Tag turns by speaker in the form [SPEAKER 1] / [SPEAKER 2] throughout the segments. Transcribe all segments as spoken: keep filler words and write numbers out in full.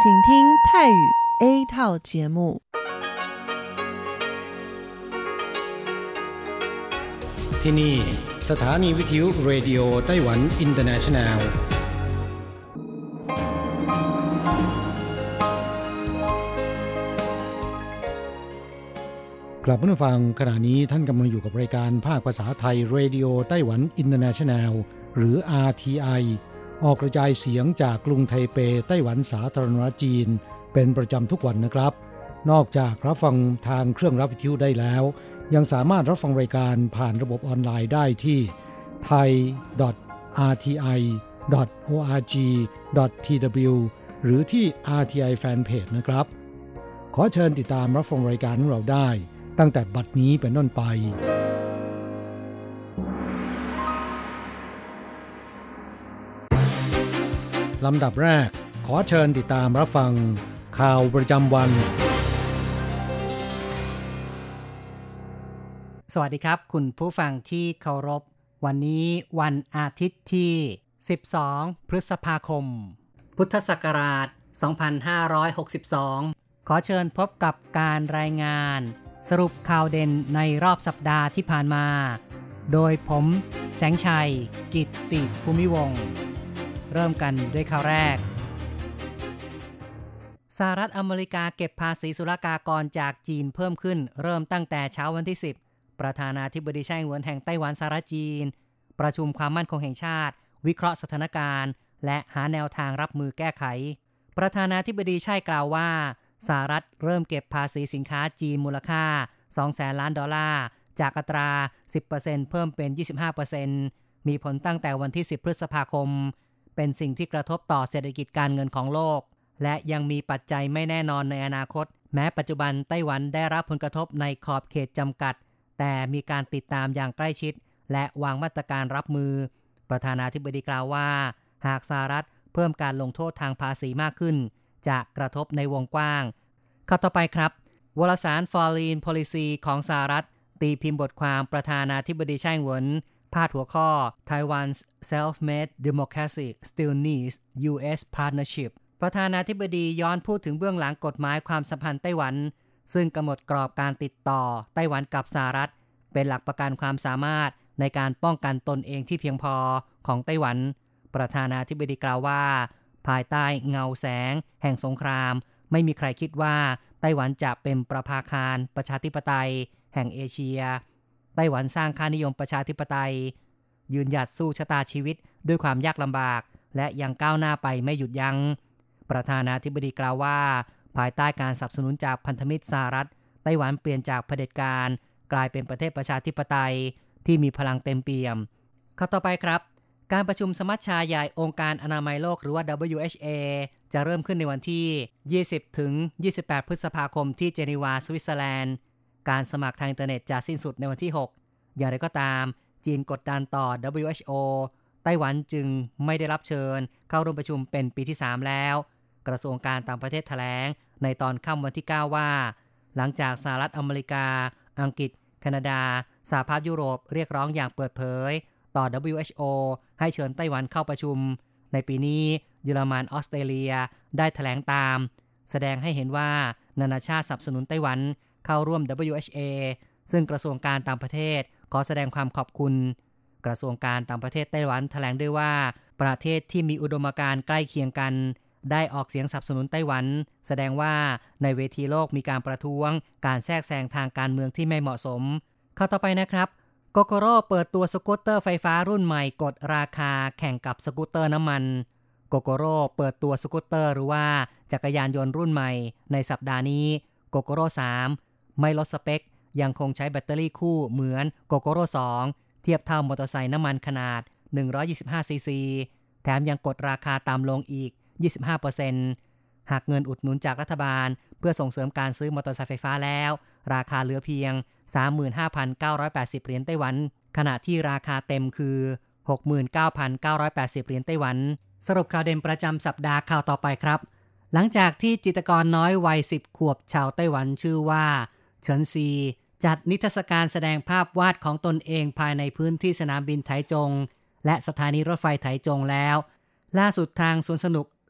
[SPEAKER 1] 请听泰语 A 套节目。
[SPEAKER 2] ที่นี่สถานีวิทยุเรดิโอไต้หวันอินเตอร์เนชั่นแนลกลับมาฟังขณะนี้ท่านกำลังอยู่กับรายการภาคภาษาไทยเรดิโอไต้หวันอินเตอร์เนชั่นแนลหรือ อาร์ ที ไอ ออกกระจายเสียงจากกรุงไทเปไต้หวันสาธารณรัฐจีนเป็นประจำทุกวันนะครับนอกจากรับฟังทางเครื่องรับวิทยุได้แล้วยังสามารถรับฟังรายการผ่านระบบออนไลน์ได้ที่ ไทย ดอท อาร์ ที ไอ ดอท โอ อาร์ จี ดอท ที ดับเบิลยู หรือที่ อาร์ ที ไอ Fanpage นะครับขอเชิญติดตามรับฟังรายการของเราได้ตั้งแต่บัดนี้เป็นต้นไปลำดับแรกขอเชิญติดตามรับฟังข่าวประจำวัน
[SPEAKER 3] สวัสดีครับคุณผู้ฟังที่เคารพวันนี้วันอาทิตย์ที่สิบสองพฤษภาคมพุทธศักราชสองพันห้าร้อยหกสิบสองขอเชิญพบกับการรายงานสรุปข่าวเด่นในรอบสัปดาห์ที่ผ่านมาโดยผมแสงชัยกิตติภูมิวงศ์เริ่มกันด้วยข่าวแรกสหรัฐอเมริกาเก็บภาษีศุลกากรจากจีนเพิ่มขึ้นเริ่มตั้งแต่เช้าวันที่สิบประธานาธิบดีไช่อิงเหวินแห่งไต้หวันสาธารณรัฐจีนประชุมความมั่นคงแห่งชาติวิเคราะห์สถานการณ์และหาแนวทางรับมือแก้ไขประธานาธิบดีไช่กล่าวว่าสหรัฐเริ่มเก็บภาษีสินค้าจีนมูลค่าสองแสนล้านดอลลาร์จากอัตรา สิบเปอร์เซ็นต์ เพิ่มเป็น ยี่สิบห้าเปอร์เซ็นต์ มีผลตั้งแต่วันที่สิบพฤษภาคมเป็นสิ่งที่กระทบต่อเศรษฐกิจการเงินของโลกและยังมีปัจจัยไม่แน่นอนในอนาคตแม้ปัจจุบันไต้หวันได้รับผลกระทบในขอบเขตจำกัดแต่มีการติดตามอย่างใกล้ชิดและวางมาตรการรับมือประธานาธิบดีกล่าวว่าหากสหรัฐเพิ่มการลงโทษทางภาษีมากขึ้นจะกระทบในวงกว้างข้อต่อไปครับวารสาร Foreign Policy ของสหรัฐตีพิมพ์บทความประธานาธิบดีไช่อิงเหวินพาดหัวข้อ Taiwan's self-made democracy still needs ยู เอส partnership ประธานาธิบดีย้อนพูดถึงเบื้องหลังกฎหมายความสัมพันธ์ไต้หวันซึ่งกำหนดกรอบการติดต่อไต้หวันกับสหรัฐเป็นหลักประกันความสามารถในการป้องกันตนเองที่เพียงพอของไต้หวันประธานาธิบดีกล่าวว่าภายใต้เงาแสงแห่งสงครามไม่มีใครคิดว่าไต้หวันจะเป็นประภาคารประชาธิปไตยแห่งเอเชียไต้หวันสร้างค่านิยมประชาธิปไตยยืนหยัดสู้ชะตาชีวิตด้วยความยากลำบากและยังก้าวหน้าไปไม่หยุดยัง้งประธานาธิบดีกล่าวว่าภายใต้การสนับสนุนจากพันธมิตรสหรัฐไต้หวันเปลี่ยนจากเผด็จการกลายเป็นประเทศประชาธิปไตยที่มีพลังเต็มเปี่ยมข้อต่อไปครับการประชุมสมัชชาใหญ่องค์การอนามัยโลกหรือว่า ดับเบิลยู เอช เอ จะเริ่มขึ้นในวันที่ยี่สิบถึงยี่สิบแปดพฤษภาคมที่เจนีวาสวิตเซอร์แลนด์การสมัครทางอินเทอร์เน็ตจะสิ้นสุดในวันที่หกอย่างไรก็ตามจีนกดดันต่อ ดับเบิลยู เอช โอ ไต้หวันจึงไม่ได้รับเชิญเข้าร่วมประชุมเป็นปีที่สามแล้วกระทรวงการต่างประเทศแถลงในตอนค่ำวันที่เก้าว่าหลังจากสหรัฐอเมริกาอังกฤษแคนาดาสหภาพยุโรปเรียกร้องอย่างเปิดเผยต่อ ดับเบิลยู เอช โอ ให้เชิญไต้หวันเข้าประชุมในปีนี้เยอรมันออสเตรเลียได้แถลงตามแสดงให้เห็นว่านานาชาติสนับสนุนไต้หวันเข้าร่วม ดับเบิลยู เอช เอ ซึ่งกระทรวงการต่างประเทศขอแสดงความขอบคุณกระทรวงการต่างประเทศไต้หวันแถลงด้วยว่าประเทศที่มีอุดมการณ์ใกล้เคียงกันได้ออกเสียงสนับสนุนไต้หวันแสดงว่าในเวทีโลกมีการประท้วงการแทรกแซงทางการเมืองที่ไม่เหมาะสมข้อต่อไปนะครับโกโกโร่เปิดตัวสกูตเตอร์ไฟฟ้ารุ่นใหม่กดราคาแข่งกับสกูตเตอร์น้ำมันโกโกโร่เปิดตัวสกูตเตอร์หรือว่าจักรยานยนต์รุ่นใหม่ในสัปดาห์นี้โกโกโร่สามไม่ลดสเปคยังคงใช้แบตเตอรี่คู่เหมือนโกโกโร่สองเทียบเท่ามอเตอร์ไซค์น้ำมันขนาดหนึ่งร้อยยี่สิบห้าซีซีแถมยังกดราคาต่ำลงอีก ยี่สิบห้าเปอร์เซ็นต์ หากเงินอุดหนุนจากรัฐบาลเพื่อส่งเสริมการซื้อมอเตอร์ไซค์ไฟฟ้าแล้วราคาเหลือเพียง สามหมื่นห้าพันเก้าร้อยแปดสิบ เหรียญไต้หวันขณะที่ราคาเต็มคือ หกหมื่นเก้าพันเก้าร้อยแปดสิบ เหรียญไต้หวันสรุปข่าวเด่นประจำสัปดาห์ข่าวต่อไปครับหลังจากที่จิตรกรน้อยวัยสิบขวบชาวไต้หวันชื่อว่าเฉินซีจัดนิทรรศการแสดงภาพวาดของตนเองภายในพื้นที่สนามบินไถจงและสถานีรถไฟไถจงแล้วล่าสุดทางสวนสนุก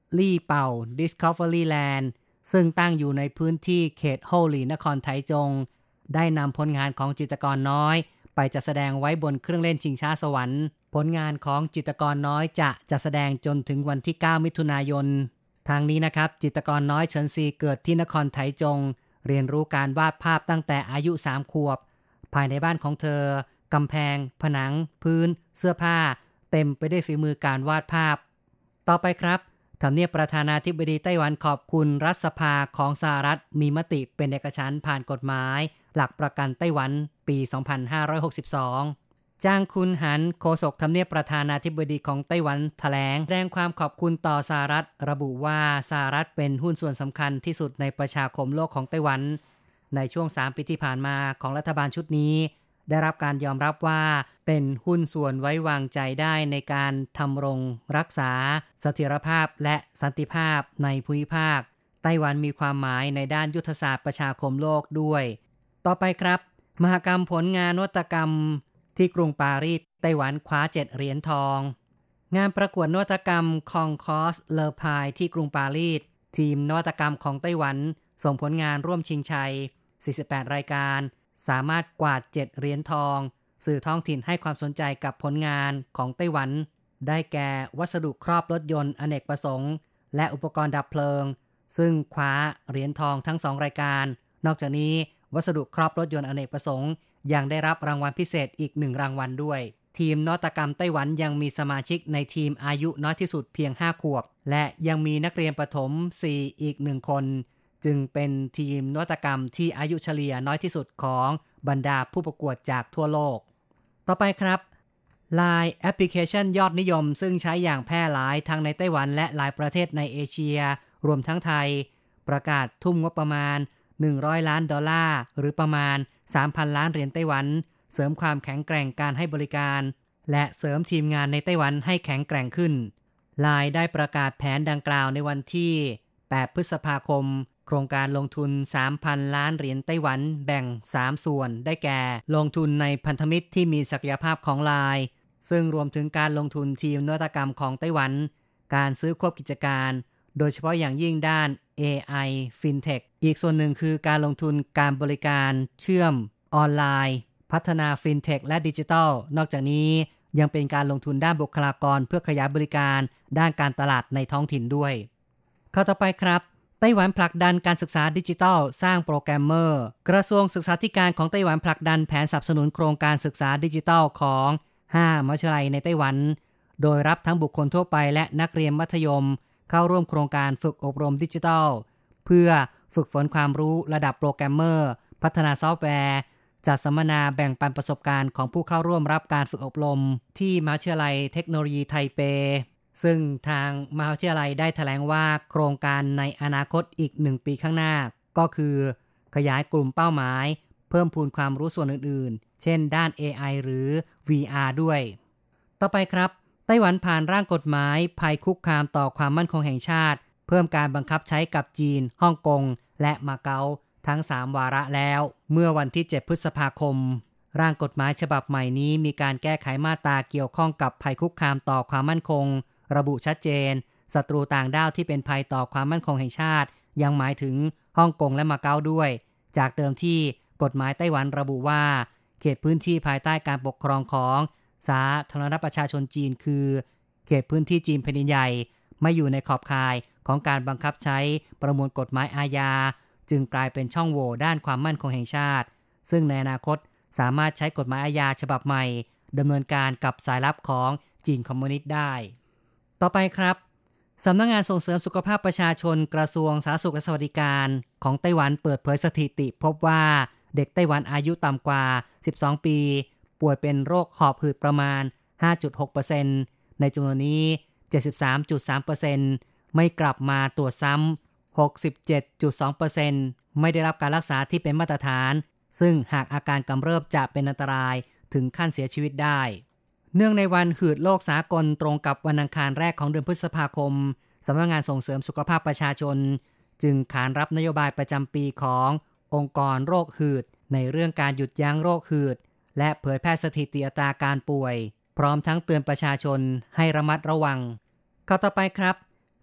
[SPEAKER 3] ลี่เป่า Discovery Land ซึ่งตั้งอยู่ในพื้นที่เขตโฮหลีนครไถจงได้นำผลงานของจิตรกรน้อยไปจัดแสดงไว้บนเครื่องเล่นชิงช้าสวรรค์ผลงานของจิตรกรน้อยจะจัดแสดงจนถึงวันที่เก้ามิถุนายนทางนี้นะครับจิตรกรน้อยเฉินซีเกิดที่นครไถจงเรียนรู้การวาดภาพตั้งแต่อายุสามขวบภายในบ้านของเธอกำแพงผนังพื้นเสื้อผ้าเต็มไปด้วยฝีมือการวาดภาพต่อไปครับทำเนียบประธานาธิบดีไต้หวันขอบคุณรัฐสภาของสหรัฐมีมติเป็นเอกฉันท์ผ่านกฎหมายหลักประกันไต้หวันปีสองพันห้าร้อยหกสิบสองจ้างคุนหันโฆษกทำเนียบประธานาธิบดีของไต้หวันแถลงแสดงความขอบคุณต่อสหรัฐระบุว่าสหรัฐเป็นหุ้นส่วนสำคัญที่สุดในประชาคมโลกของไต้หวันในช่วงสามปีที่ผ่านมาของรัฐบาลชุดนี้ได้รับการยอมรับว่าเป็นหุ้นส่วนไว้วางใจได้ในการทำรงรักษาเสถียรภาพและสันติภาพในภูมิภาคไต้หวันมีความหมายในด้านยุทธศาสตร์ประชาคมโลกด้วยต่อไปครับมหกรรมผลงานนวัตกรรมที่กรุงปารีสไต้หวันคว้าเจ็ดเหรียญทองงานประกวดนวัตกรรมคองคอสเลอพายที่กรุงปารีสทีมนวัตกรรมของไต้หวันส่งผลงานร่วมชิงชัยสี่สิบแปดรายการสามารถกวาดเจ็ดเหรียญทองสื่อท้องถิ่นให้ความสนใจกับผลงานของไต้หวันได้แก่วัสดุครอบรถยนต์อเนกประสงค์และอุปกรณ์ดับเพลิงซึ่งคว้าเหรียญทองทั้งสองรายการนอกจากนี้วัสดุครอบรถยนต์อเนกประสงค์ยังได้รับรางวัลพิเศษอีกหนึ่งรางวัลด้วยทีมนวัตกรรมไต้หวันยังมีสมาชิกในทีมอายุน้อยที่สุดเพียงห้าขวบและยังมีนักเรียนประถมสี่อีกหนึ่งคนจึงเป็นทีมนวัตกรรมที่อายุเฉลี่ยน้อยที่สุดของบรรดาผู้ประกวดจากทั่วโลกต่อไปครับ ไลน์ แอปพลิเคชันยอดนิยมซึ่งใช้อย่างแพร่หลายทั้งในไต้หวันและหลายประเทศในเอเชียรวมทั้งไทยประกาศทุ่มงบประมาณหนึ่งร้อยล้านดอลลาร์หรือประมาณ สามพันล้านเหรียญไต้หวันเสริมความแข็งแกร่งการให้บริการและเสริมทีมงานในไต้หวันให้แข็งแกร่งขึ้น ไลน์ ได้ประกาศแผนดังกล่าวในวันที่แปดพฤษภาคมโครงการลงทุน สามพันล้านเหรียญไต้หวันแบ่งสามส่วนได้แก่ลงทุนในพันธมิตรที่มีศักยภาพของไลน์ซึ่งรวมถึงการลงทุนทีมนวัตกรรมของไต้หวันการซื้อควบกิจการโดยเฉพาะอย่างยิ่งด้าน เอ ไอ FinTech อีกส่วนหนึ่งคือการลงทุนการบริการเชื่อมออนไลน์พัฒนา FinTech และดิจิทัลนอกจากนี้ยังเป็นการลงทุนด้านบุคลากรเพื่อขยายบริการด้านการตลาดในท้องถิ่นด้วยข้อต่อไปครับไต้หวันผลักดันการศึกษาดิจิทัลสร้างโปรแกรมเมอร์กระทรวงศึกษาธิการของไต้หวันผลักดันแผนสนับสนุนโครงการศึกษาดิจิทัลของห้ามหาวิทยาลัยในไต้หวันโดยรับทั้งบุคคลทั่วไปและนักเรียนมัธยมเข้าร่วมโครงการฝึกอบรมดิจิทัลเพื่อฝึกฝนความรู้ระดับโปรแกรมเมอร์พัฒนาซอฟต์แวร์จัดสัมมนาแบ่งปันประสบการณ์ของผู้เข้าร่วมรับการฝึกอบรมที่มหาวิทยาลัยเทคโนโลยีไทเปซึ่งทางมหาวิทยาลัยได้แถลงว่าโครงการในอนาคตอีกหนึ่งปีข้างหน้าก็คือขยายกลุ่มเป้าหมายเพิ่มพูนความรู้ส่วนอื่นๆเช่นด้าน เอ ไอ หรือ วี อาร์ ด้วยต่อไปครับไต้หวันผ่านร่างกฎหมายภัยคุกคามต่อความมั่นคงแห่งชาติเพิ่มการบังคับใช้กับจีนฮ่องกงและมาเก๊าทั้งสามวาระแล้วเมื่อวันที่เจ็ดพฤษภาคมร่างกฎหมายฉบับใหม่นี้มีการแก้ไขมาตราเกี่ยวข้องกับภัยคุกคามต่อความมั่นคงระบุชัดเจนศัตรูต่างด้าวที่เป็นภัยต่อความมั่นคงแห่งชาติยังหมายถึงฮ่องกงและมาเก๊าด้วยจากเดิมที่กฎหมายไต้หวันระบุว่าเขตพื้นที่ภายใต้การปกครองของสาธารณรัฐประชาชนจีนคือเขตพื้นที่จีนแผ่นดินใหญ่ไม่อยู่ในขอบข่ายของการบังคับใช้ประมวลกฎหมายอาญาจึงกลายเป็นช่องโหว่ด้านความมั่นคงแห่งชาติซึ่งในอนาคตสามารถใช้กฎหมายอาญาฉบับใหม่ดำเนินการกับสายลับของจีนคอมมิวนิสต์ได้ต่อไปครับสำนักงานส่งเสริมสุขภาพประชาชนกระทรวงสาธารณสุขและสวัสดิการของไต้หวันเปิดเผยสถิติพบว่าเด็กไต้หวันอายุต่ำกว่าสิบสองปีป่วยเป็นโรคหอบหืดประมาณ ห้าจุดหกเปอร์เซ็นต์ ในจำนวนนี้ เจ็ดสิบสามจุดสามเปอร์เซ็นต์ ไม่กลับมาตรวจซ้ำ หกสิบเจ็ดจุดสองเปอร์เซ็นต์ ไม่ได้รับการรักษาที่เป็นมาตรฐานซึ่งหากอาการกำเริบจะเป็นอันตรายถึงขั้นเสียชีวิตได้เนื่องในวันหืดโลกสากลตรงกับวันอังคารแรกของเดือนพฤษภาคมสำนักงานส่งเสริมสุขภาพประชาชนจึงขานรับนโยบายประจำปีขององค์กรโรคหืดในเรื่องการหยุดยั้งโรคหืดและเผยแพร่สถิติอัตราการป่วยพร้อมทั้งเตือนประชาชนให้ระมัดระวังข้อต่อไปครับ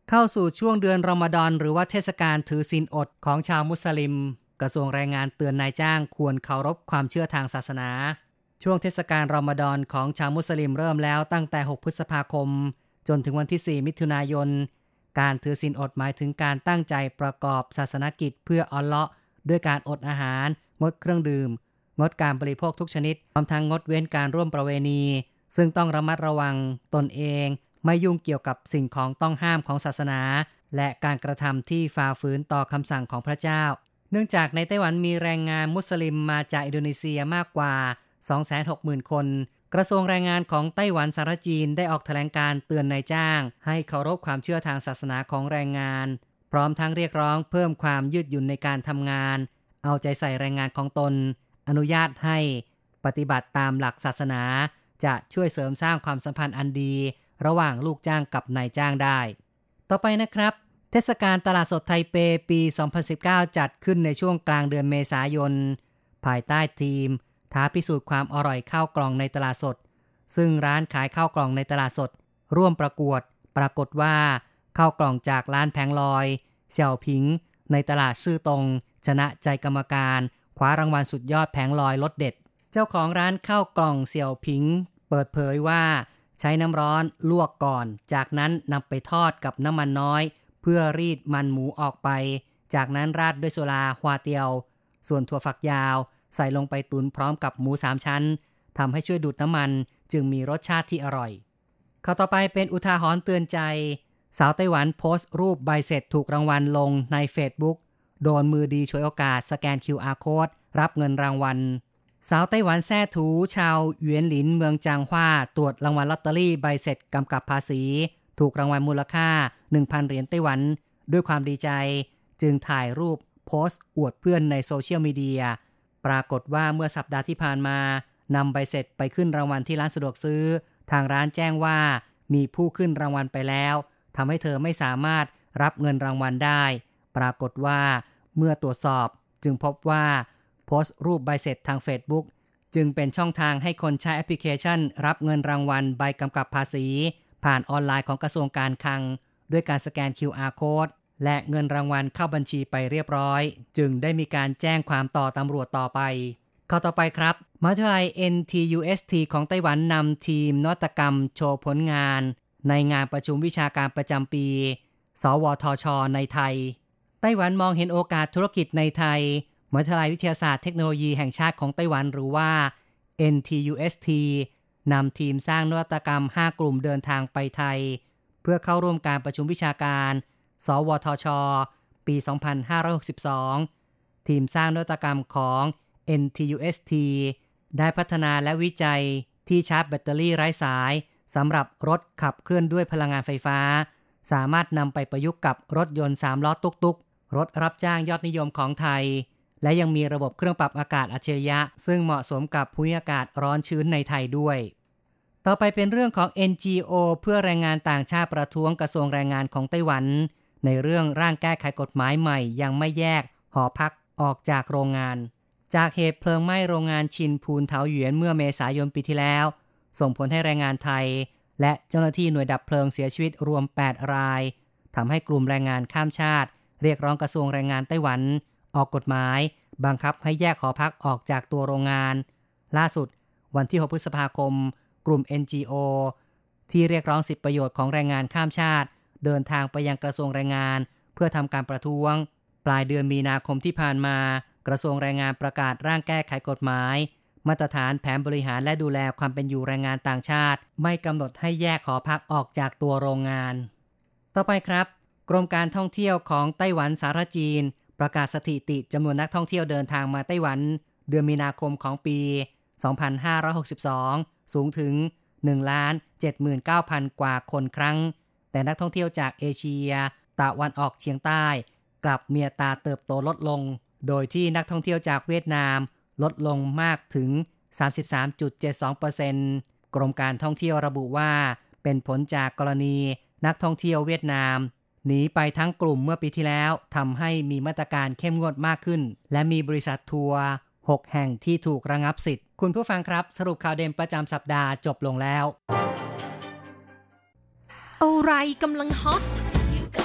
[SPEAKER 3] เข้าสู่ช่วงเดือนรอมฎอนหรือว่าเทศกาลถือศีลอดของชาวมุสลิมกระทรวงแรงงานเตือนนายจ้างควรเคารพความเชื่อทางศาสนาช่วงเทศกาลรอมฎอนของชาวมุสลิมเริ่มแล้วตั้งแต่หกพฤษภาคมจนถึงวันที่สี่มิถุนายนการถือศีลอดหมายถึงการตั้งใจประกอบศาสนกิจเพื่ออัลเลาะห์ด้วยการอดอาหารงดเครื่องดื่มงดการบริโภคทุกชนิดพร้อมทั้งงดเว้นการร่วมประเวณีซึ่งต้องระมัดระวังตนเองไม่ยุ่งเกี่ยวกับสิ่งของต้องห้ามของศาสนาและการกระทำที่ฝ่าฝืนต่อคำสั่งของพระเจ้าเนื่องจากในไต้หวันมีแรงงานมุสลิมมาจากอินโดนีเซียมากกว่า สองแสนหกหมื่น คนกระทรวงแรงงานของไต้หวันสาธารณจีนได้ออกแถลงการเตือนนายจ้างให้เคารพความเชื่อทางศาสนาของแรงงานพร้อมทั้งเรียกร้องเพิ่มความยืดหยุ่นในการทำงานเอาใจใส่แรงงานของตนอนุญาตให้ปฏิบัติตามหลักศาสนาจะช่วยเสริมสร้างความสัมพันธ์อันดีระหว่างลูกจ้างกับนายจ้างได้ต่อไปนะครับเทศกาลตลาดสดไทเปปี สองพันสิบเก้า จัดขึ้นในช่วงกลางเดือนเมษายนภายใต้ทีมท้าพิสูจน์ความอร่อยข้าวกล่องในตลาดสดซึ่งร้านขายข้าวกล่องในตลาดสดร่วมประกวดปรากฏว่าข้าวกล่องจากร้านแผงลอยเสี่ยวผิงในตลาดซื่อตงชนะใจกรรมการคว้ารางวัลสุดยอดแผงลอยรสเด็ดเจ้าของร้านข้าวกล่องเสี่ยวผิงเปิดเผยว่าใช้น้ำร้อนลวกก่อนจากนั้นนำไปทอดกับน้ำมันน้อยเพื่อรีดมันหมูออกไปจากนั้นราดด้วยโซลาฮวาเตียวส่วนถั่วฝักยาวใส่ลงไปตุ๋นพร้อมกับหมูสามชั้นทำให้ช่วยดูดน้ำมันจึงมีรสชาติที่อร่อยข้อต่อไปเป็นอุทาหรณ์เตือนใจสาวไต้หวันโพสต์รูปใบเสร็จถูกรางวัลลงใน Facebook โดนมือดีฉวยโอกาสสแกน คิว อาร์ Code รับเงินรางวัลสาวไต้หวันแซ่ถูชาวเหวียนหลินเมืองจางฮวาตรวจรางวัลลอตเตอรี่ใบเสร็จกำกับภาษีถูกรางวัลมูลค่า หนึ่งพัน เหรียญไต้หวันด้วยความดีใจจึงถ่ายรูปโพสต์อวดเพื่อนในโซเชียลมีเดียปรากฏว่าเมื่อสัปดาห์ที่ผ่านมานำใบเสร็จไปขึ้นรางวัลที่ร้านสะดวกซื้อทางร้านแจ้งว่ามีผู้ขึ้นรางวัลไปแล้วทำให้เธอไม่สามารถรับเงินรางวัลได้ปรากฏว่าเมื่อตรวจสอบจึงพบว่าโพสต์รูปใบเสร็จทาง Facebook จึงเป็นช่องทางให้คนใช้แอปพลิเคชันรับเงินรางวัลใบกำกับภาษีผ่านออนไลน์ของกระทรวงการคลังด้วยการสแกน คิว อาร์ Code และเงินรางวัลเข้าบัญชีไปเรียบร้อยจึงได้มีการแจ้งความต่อตำรวจต่อไปข้อต่อไปครับมหาวิทยาลัย เอ็น ที ยู เอส ที ของไต้หวันนำทีมนวัตกรรมโชว์ผลงานในงานประชุมวิชาการประจำปีสวทช.ในไทยไต้หวันมองเห็นโอกาสธุรกิจในไทยมหาวิทยาลัยวิทยาศาสตร์เทคโนโลยีแห่งชาติของไต้หวันหรือว่า เอ็น ที ยู เอส ที นำทีมสร้างนวัตกรรมห้ากลุ่มเดินทางไปไทยเพื่อเข้าร่วมการประชุมวิชาการสวทช.ปี สองพันห้าร้อยหกสิบสอง ทีมสร้างนวัตกรรมของ เอ็น ที ยู เอส ที ได้พัฒนาและวิจัยที่ชาร์จแบตเตอรี่ไร้สายสำหรับรถขับเคลื่อนด้วยพลังงานไฟฟ้าสามารถนำไปประยุกต์กับรถยนต์สามล้อตุ๊กๆรถรับจ้างยอดนิยมของไทยและยังมีระบบเครื่องปรับอากาศอัจฉริยะซึ่งเหมาะสมกับภูมิอากาศร้อนชื้นในไทยด้วยต่อไปเป็นเรื่องของ เอ็น จี โอ เพื่อแรงงานต่างชาติประท้วงกระทรวงแรงงานของไต้หวันในเรื่องร่างแก้ไขกฎหมายใหม่ยังไม่แยกหอพักออกจากโรงงานจากเหตุเพลิงไหม้โรงงานชินพูนเถาหยวนเมื่อเมษายนปีที่แล้วส่งผลให้แรงงานไทยและเจ้าหน้าที่หน่วยดับเพลิงเสียชีวิตรวมแปดรายทำให้กลุ่มแรงงานข้ามชาติเรียกร้องกระทรวงแรงงานไต้หวันออกกฎหมายบังคับให้แยกหอพักออกจากตัวโรงงานล่าสุดวันที่หกพฤษภาคมกลุ่ม เอ็น จี โอ ที่เรียกร้องสิทธิประโยชน์ของแรงงานข้ามชาติเดินทางไปยังกระทรวงแรงงานเพื่อทำการประท้วงปลายเดือนมีนาคมที่ผ่านมากระทรวงแรงงานประกาศร่างแก้ไขกฎหมายมาตรฐานแผนบริหารและดูแลความเป็นอยู่แรงงานต่างชาติไม่กำหนดให้แยกหอพักออกจากตัวโรงงานต่อไปครับกรมการท่องเที่ยวของไต้หวันสาธารณจีนประกาศสถิติจำนวนนักท่องเที่ยวเดินทางมาไต้หวันเดือนมีนาคมของปี สองพันห้าร้อยหกสิบสอง สูงถึง หนึ่งล้านเจ็ดหมื่นเก้าพัน กว่าคนครั้งแต่นักท่องเที่ยวจากเอเชียตะวันออกเฉียงใต้กลับมีอัตราเติบโตลดลงโดยที่นักท่องเที่ยวจากเวียดนามลดลงมากถึง สามสิบสามจุดเจ็ดสองเปอร์เซ็นต์ กรมการท่องเที่ยวระบุว่าเป็นผลจากกรณีนักท่องเที่ยวเวียดนามหนีไปทั้งกลุ่มเมื่อปีที่แล้วทำให้มีมาตรการเข้มงวดมากขึ้นและมีบริษัททัวร์หกแห่งที่ถูกระงับสิทธิ์คุณผู้ฟังครับสรุปข่าวเด่นประจำสัปดาห์จบลงแล้ว
[SPEAKER 4] อะไรกำลังฮอต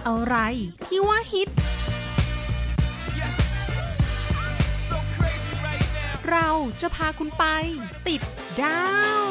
[SPEAKER 4] อะไรที่ว่าฮิต เราจะพาคุณไปติดดาว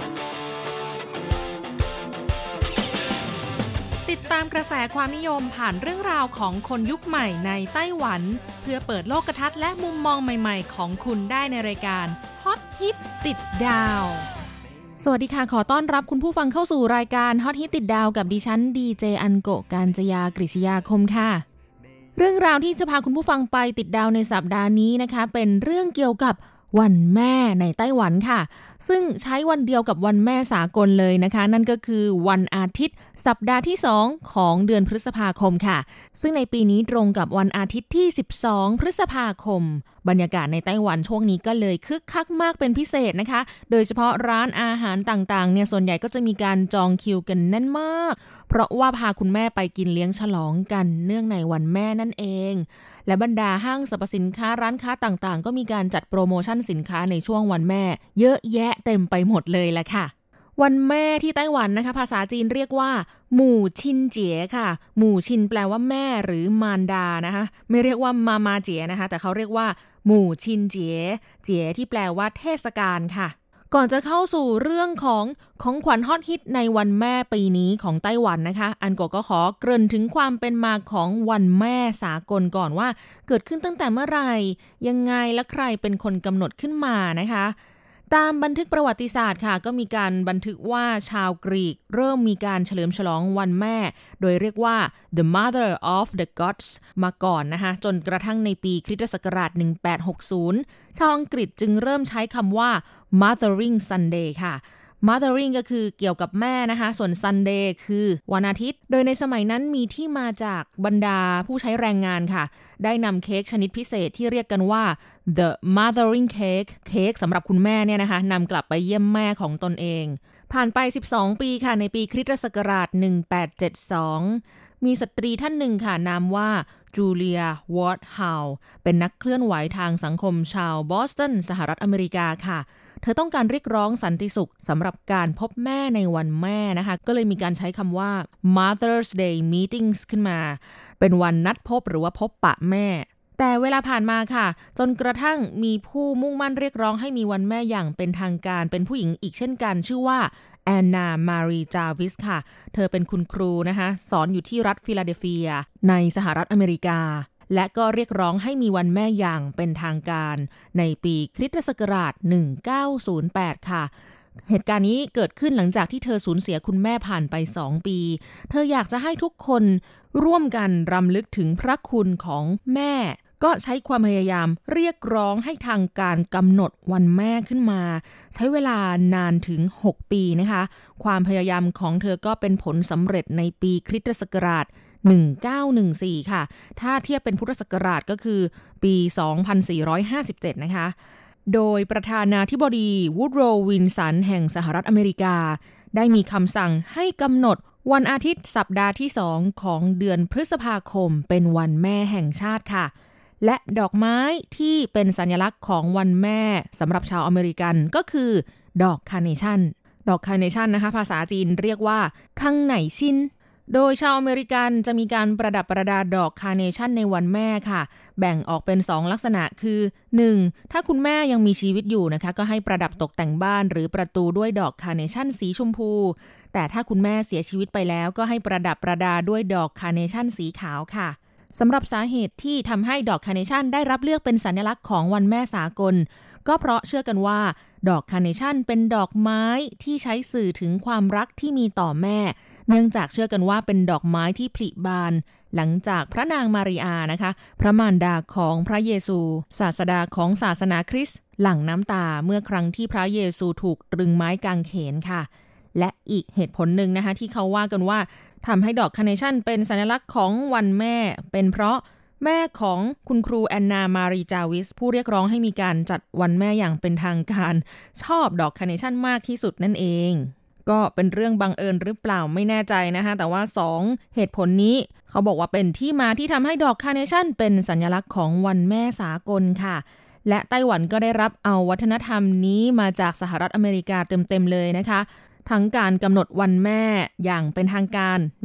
[SPEAKER 4] ติดตามกระแสความนิยมผ่านเรื่องราวของคนยุคใหม่ในไต้หวันเพื่อเปิดโลกทัศน์และมุมมองใหม่ๆของคุณได้ในรายการฮอตฮิตติดดาวสวัสดีค่ะขอต้อนรับคุณผู้ฟังเข้าสู่รายการฮอตฮิตติดดาวกับดิฉันดีเจอันโกะกาญจยากฤษยาคมค่ะเรื่องราวที่จะพาคุณผู้ฟังไปติดดาวในสัปดาห์นี้นะคะเป็นเรื่องเกี่ยวกับวันแม่ในไต้หวันค่ะซึ่งใช้วันเดียวกับวันแม่สากลเลยนะคะนั่นก็คือวันอาทิตย์สัปดาห์ที่สองของเดือนพฤษภาคมค่ะซึ่งในปีนี้ตรงกับวันอาทิตย์ที่สิบสองพฤษภาคมบรรยากาศในไต้หวันช่วงนี้ก็เลยคึกคักมากเป็นพิเศษนะคะโดยเฉพาะร้านอาหารต่างๆเนี่ยส่วนใหญ่ก็จะมีการจองคิวกันแน่นมากเพราะว่าพาคุณแม่ไปกินเลี้ยงฉลองกันเนื่องในวันแม่นั่นเองและบรรดาห้างสรรพสินค้าร้านค้าต่างๆก็มีการจัดโปรโมชั่นสินค้าในช่วงวันแม่เยอะแยะเต็มไปหมดเลยแหละค่ะวันแม่ที่ไต้หวันนะคะภาษาจีนเรียกว่าหมู่ชินเจ๋ยค่ะหมู่ชินแปลว่าแม่หรือมารดานะคะไม่เรียกว่ามามาเจ๋ยนะคะแต่เขาเรียกว่าหมู่ชินเจ๋ยเจ๋ยที่แปลว่าเทศกาลค่ะก่อนจะเข้าสู่เรื่องของของขวัญฮอตฮิตในวันแม่ปีนี้ของไต้หวันนะคะอันโกก็ขอเกริ่นถึงความเป็นมาของวันแม่สากลก่อนว่าเกิดขึ้นตั้งแต่เมื่อไหร่ยังไงและใครเป็นคนกำหนดขึ้นมานะคะตามบันทึกประวัติศาสตร์ค่ะก็มีการบันทึกว่าชาวกรีกเริ่มมีการเฉลิมฉลองวันแม่โดยเรียกว่า the mother of the gods มาก่อนนะคะจนกระทั่งในปีคริสตศักราชหนึ่งพันแปดร้อยหกสิบชาวอังกฤษจึงเริ่มใช้คำว่า mothering Sunday ค่ะMothering ก็คือเกี่ยวกับแม่นะคะส่วน Sunday คือวันอาทิตย์โดยในสมัยนั้นมีที่มาจากบรรดาผู้ใช้แรงงานค่ะได้นำเค้กชนิดพิเศษที่เรียกกันว่า the mothering cake เค้กสำหรับคุณแม่เนี่ยนะคะนำกลับไปเยี่ยมแม่ของตนเองผ่านไปสิบสองปีค่ะในปีคริสตศักราชหนึ่งพันแปดร้อยเจ็ดสิบสองมีสตรีท่านหนึ่งค่ะนามว่าจูเลียวอร์ดฮาวเป็นนักเคลื่อนไหวทางสังคมชาวบอสตันสหรัฐอเมริกาค่ะเธอต้องการเรียกร้องสันติสุขสำหรับการพบแม่ในวันแม่นะคะก็เลยมีการใช้คำว่า Mother's Day Meetings ขึ้นมาเป็นวันนัดพบหรือว่าพบปะแม่แต่เวลาผ่านมาค่ะจนกระทั่งมีผู้มุ่งมั่นเรียกร้องให้มีวันแม่อย่างเป็นทางการเป็นผู้หญิงอีกเช่นกันชื่อว่าแอนนามารีจาวิสค่ะเธอเป็นคุณครูนะคะสอนอยู่ที่รัฐฟิลาเดลเฟียในสหรัฐอเมริกาและก็เรียกร้องให้มีวันแม่อย่างเป็นทางการในปีคริสตศักราชหนึ่งพันเก้าร้อยแปดค่ะเหตุการณ์นี้เกิดขึ้นหลังจากที่เธอสูญเสียคุณแม่ผ่านไปสองปีเธออยากจะให้ทุกคนร่วมกันรำลึกถึงพระคุณของแม่ก็ใช้ความพยายามเรียกร้องให้ทางการกำหนดวันแม่ขึ้นมาใช้เวลานานถึงหกปีนะคะความพยายามของเธอก็เป็นผลสำเร็จในปีคริสตศักราชหนึ่งพันเก้าร้อยสิบสี่ค่ะถ้าเทียบเป็นพุทธศักราชก็คือปีสองพันสี่ร้อยห้าสิบเจ็ดนะคะโดยประธานาธิบดีวูดโรว์วินสันแห่งสหรัฐอเมริกาได้มีคำสั่งให้กำหนดวันอาทิตย์สัปดาห์ที่สองของเดือนพฤษภาคมเป็นวันแม่แห่งชาติค่ะและดอกไม้ที่เป็นสัญลักษณ์ของวันแม่สำหรับชาวอเมริกันก็คือดอกคาร์เนชั่นดอกคาร์เนชั่นนะคะภาษาจีนเรียกว่าคังไหนซินโดยชาวอเมริกันจะมีการประดับประดาดอกคาร์เนชั่นในวันแม่ค่ะแบ่งออกเป็นสองลักษณะคือหนึ่งถ้าคุณแม่ยังมีชีวิตอยู่นะคะก็ให้ประดับตกแต่งบ้านหรือประตูด้วยดอกคาร์เนชั่นสีชมพูแต่ถ้าคุณแม่เสียชีวิตไปแล้วก็ให้ประดับประดาด้วยดอกคาร์เนชั่นสีขาวค่ะสำหรับสาเหตุที่ทำให้ดอกคาร์เนชั่นได้รับเลือกเป็นสัญลักษณ์ของวันแม่สากลก็เพราะเชื่อกันว่าดอกคาร์เนชั่นเป็นดอกไม้ที่ใช้สื่อถึงความรักที่มีต่อแม่เนื่องจากเชื่อกันว่าเป็นดอกไม้ที่ผลิบานหลังจากพระนางมารีอานะคะพระมารดาของพระเยซูศาสดาของศาสนาคริสต์หลั่งน้ำตาเมื่อครั้งที่พระเยซูถูกตรึงไม้กางเขนค่ะและอีกเหตุผลหนึ่งนะคะที่เขาว่ากันว่าทำให้ดอกคาร์เนชั่นเป็นสัญลักษณ์ของวันแม่เป็นเพราะแม่ของคุณครูแอนนามารีจาวิสผู้เรียกร้องให้มีการจัดวันแม่อย่างเป็นทางการชอบดอกคาร์เนชั่นมากที่สุดนั่นเองก็เป็นเรื่องบังเอิญหรือเปล่าไม่แน่ใจนะคะแต่ว่าสองเหตุผลนี้เขาบอกว่าเป็นที่มาที่ทำให้ดอกคาร์เนชั่นเป็นสัญลักษณ์ของวันแม่สากลค่ะและไต้หวันก็ได้รับเอาวัฒนธรรมนี้มาจากสหรัฐอเมริกาเต็มๆเลยนะคะทั้งการกำหนดวันแม่อย่างเป็นทางการและ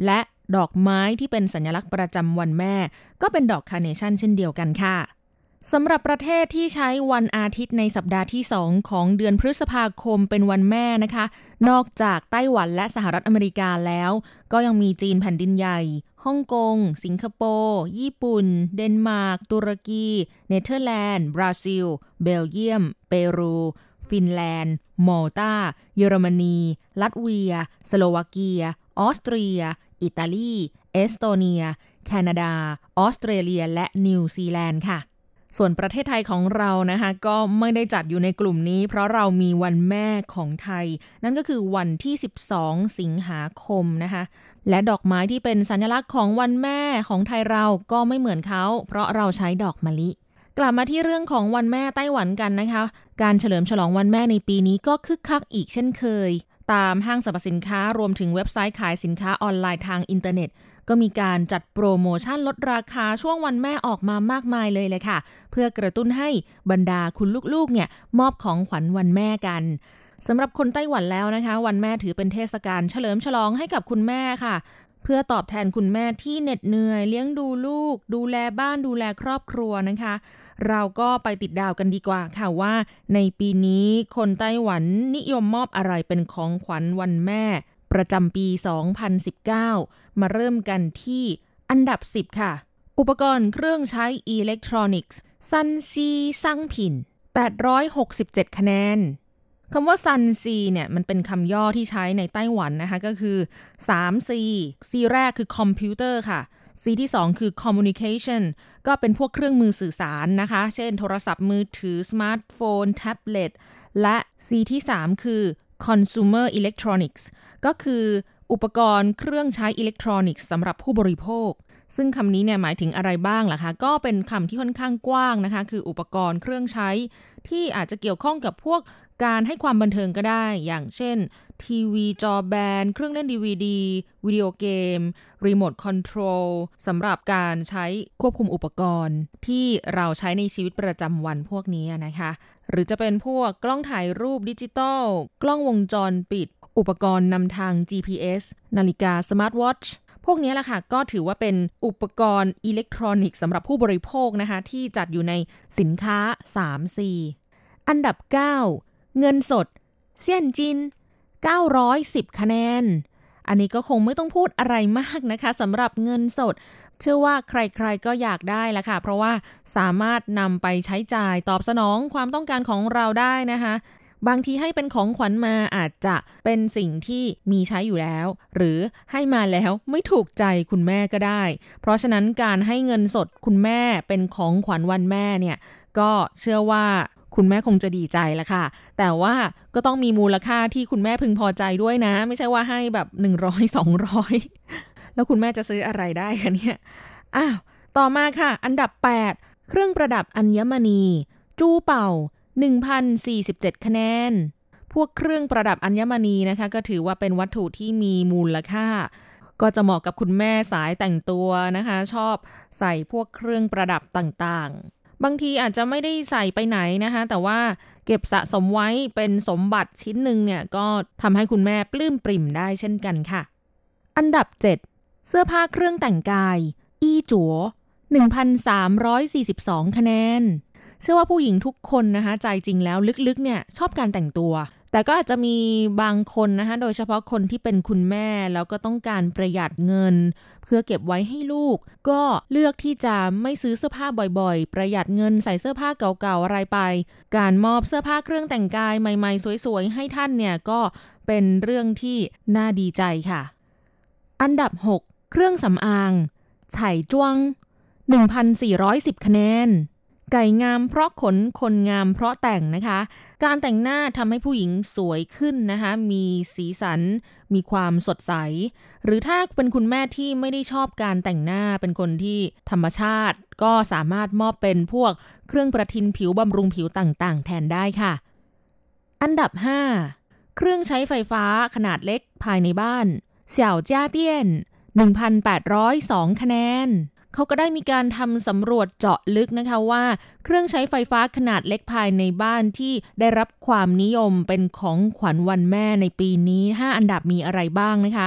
[SPEAKER 5] ดอกไม้ที่เป็นสัญลักษณ์ประจำวันแม่ก็เป็นดอกคาร์เนชั่นเช่นเดียวกันค่ะสำหรับประเทศที่ใช้วันอาทิตย์ในสัปดาห์ที่สองของเดือนพฤษภาคมเป็นวันแม่นะคะนอกจากไต้หวันและสหรัฐอเมริกาแล้วก็ยังมีจีนแผ่นดินใหญ่ฮ่องกงสิงคโปร์ญี่ปุ่นเดนมาร์กตุรกีเนเธอร์แลนด์บราซิลเบลเยียมเปรูฟินแลนด์มอลตาเยอรมนีลัตเวียสโลวาเกียออสเตรียอิตาลีเอสโตเนียแคนาดาออสเตรเลียและนิวซีแลนด์ค่ะส่วนประเทศไทยของเรานะคะก็ไม่ได้จัดอยู่ในกลุ่มนี้เพราะเรามีวันแม่ของไทยนั่นก็คือวันที่สิบสองสิงหาคมนะคะและดอกไม้ที่เป็นสัญลักษณ์ของวันแม่ของไทยเราก็ไม่เหมือนเขาเพราะเราใช้ดอกมะลิกลับมาที่เรื่องของวันแม่ไต้หวันกันนะคะการเฉลิมฉลองวันแม่ในปีนี้ก็คึกคักอีกเช่นเคยตามห้างสรรพสินค้ารวมถึงเว็บไซต์ขายสินค้าออนไลน์ทางอินเทอร์เน็ตก็มีการจัดโปรโมชั่นลดราคาช่วงวันแม่ออกมามากมายเลยเลยค่ะเพื่อกระตุ้นให้บรรดาคุณลูกๆเนี่ยมอบของขวัญวันแม่กันสำหรับคนไต้หวันแล้วนะคะวันแม่ถือเป็นเทศกาลเฉลิมฉลองให้กับคุณแม่ค่ะเพื่อตอบแทนคุณแม่ที่เหน็ดเหนื่อยเลี้ยงดูลูกดูแลบ้านดูแลครอบครัวนะคะเราก็ไปติดดาวกันดีกว่าค่ะว่าในปีนี้คนไต้หวันนิยมมอบอะไรเป็นของขวัญวันแม่ประจำปีสองพันสิบเก้ามาเริ่มกันที่อันดับสิบค่ะอุปกรณ์เครื่องใช้อิเล็กทรอนิกส์ซันซีซังผินแปดร้อยหกสิบเจ็ดคะแนนคำว่าซันซีเนี่ยมันเป็นคำย่อที่ใช้ในไต้หวันนะคะก็คือ สาม ซี ซีแรกคือคอมพิวเตอร์ค่ะC ที่สองคือ communication ก็เป็นพวกเครื่องมือสื่อสารนะคะเช่นโทรศัพท์มือถือสมาร์ทโฟนแท็บเล็ตและ C ที่สามคือ consumer electronics ก็คืออุปกรณ์เครื่องใช้อิเล็กทรอนิกส์สำหรับผู้บริโภคซึ่งคำนี้เนี่ยหมายถึงอะไรบ้างล่ะคะก็เป็นคำที่ค่อนข้างกว้างนะคะคืออุปกรณ์เครื่องใช้ที่อาจจะเกี่ยวข้องกับพวกการให้ความบันเทิงก็ได้อย่างเช่นทีวีจอแบนเครื่องเล่น ดี วี ดี วิดีโอเกมรีโมทคอนโทรลสำหรับการใช้ควบคุมอุปกรณ์ที่เราใช้ในชีวิตประจำวันพวกนี้นะคะหรือจะเป็นพวกกล้องถ่ายรูปดิจิตอลกล้องวงจรปิดอุปกรณ์นำทาง จี พี เอส นาฬิกาสมาร์ทวอทช์พวกนี้แหละค่ะก็ถือว่าเป็นอุปกรณ์อิเล็กทรอนิกส์สำหรับผู้บริโภคนะคะที่จัดอยู่ในสินค้า สาม ซี อันดับเก้าเงินสดเซี่ยนจินเก้าร้อยสิบคะแนนอันนี้ก็คงไม่ต้องพูดอะไรมากนะคะสำหรับเงินสดเชื่อว่าใครๆก็อยากได้ละค่ะเพราะว่าสามารถนำไปใช้จ่ายตอบสนองความต้องการของเราได้นะคะบางทีให้เป็นของขวัญมาอาจจะเป็นสิ่งที่มีใช้อยู่แล้วหรือให้มาแล้วไม่ถูกใจคุณแม่ก็ได้เพราะฉะนั้นการให้เงินสดคุณแม่เป็นของขวัญวันแม่เนี่ยก็เชื่อว่าคุณแม่คงจะดีใจละค่ะแต่ว่าก็ต้องมีมูลค่าที่คุณแม่พึงพอใจด้วยนะไม่ใช่ว่าให้แบบหนึ่งร้อย สองร้อยแล้วคุณแม่จะซื้ออะไรได้คะเนี่ยอ้าวต่อมาค่ะอันดับแปดเครื่องประดับอัญมณีจูเป่า หนึ่งพันสี่สิบเจ็ด คะแนนพวกเครื่องประดับอัญมณีนะคะก็ถือว่าเป็นวัตถุที่มีมูลค่าก็จะเหมาะกับคุณแม่สายแต่งตัวนะคะชอบใส่พวกเครื่องประดับต่างๆบางทีอาจจะไม่ได้ใส่ไปไหนนะคะแต่ว่าเก็บสะสมไว้เป็นสมบัติชิ้นหนึ่งเนี่ยก็ทำให้คุณแม่ปลื้มปริ่มได้เช่นกันค่ะอันดับเจ็ดเสื้อผ้าเครื่องแต่งกายอีจั๋ว หนึ่งพันสามร้อยสี่สิบสอง คะแนนเชื่อว่าผู้หญิงทุกคนนะคะใจจริงแล้วลึกๆเนี่ยชอบการแต่งตัวแต่ก็อาจจะมีบางคนนะคะโดยเฉพาะคนที่เป็นคุณแม่แล้วก็ต้องการประหยัดเงินเพื่อเก็บไว้ให้ลูกก็เลือกที่จะไม่ซื้อเสื้อผ้าบ่อยๆประหยัดเงินใส่เสื้อผ้าเก่าๆอะไรไปการมอบเสื้อผ้าเครื่องแต่งกายใหม่ๆสวยๆให้ท่านเนี่ยก็เป็นเรื่องที่น่าดีใจค่ะอันดับหกเครื่องสำอางไฉจ้วง หนึ่งพันสี่ร้อยสิบ คะแนนไก่งามเพราะขนคนงามเพราะแต่งนะคะการแต่งหน้าทำให้ผู้หญิงสวยขึ้นนะคะมีสีสันมีความสดใสหรือถ้าเป็นคุณแม่ที่ไม่ได้ชอบการแต่งหน้าเป็นคนที่ธรรมชาติก็สามารถมอบเป็นพวกเครื่องประทินผิวบำรุงผิวต่างๆแทนได้ค่ะอันดับห้าเครื่องใช้ไฟฟ้าขนาดเล็กภายในบ้านเสี่ยวจ้าเตี้ยน หนึ่งพันแปดร้อยสอง คะแนนเขาก็ได้มีการทำสำรวจเจาะลึกนะคะว่าเครื่องใช้ไฟฟ้าขนาดเล็กภายในบ้านที่ได้รับความนิยมเป็นของขวัญวันแม่ในปีนี้ห้าอันดับมีอะไรบ้างนะคะ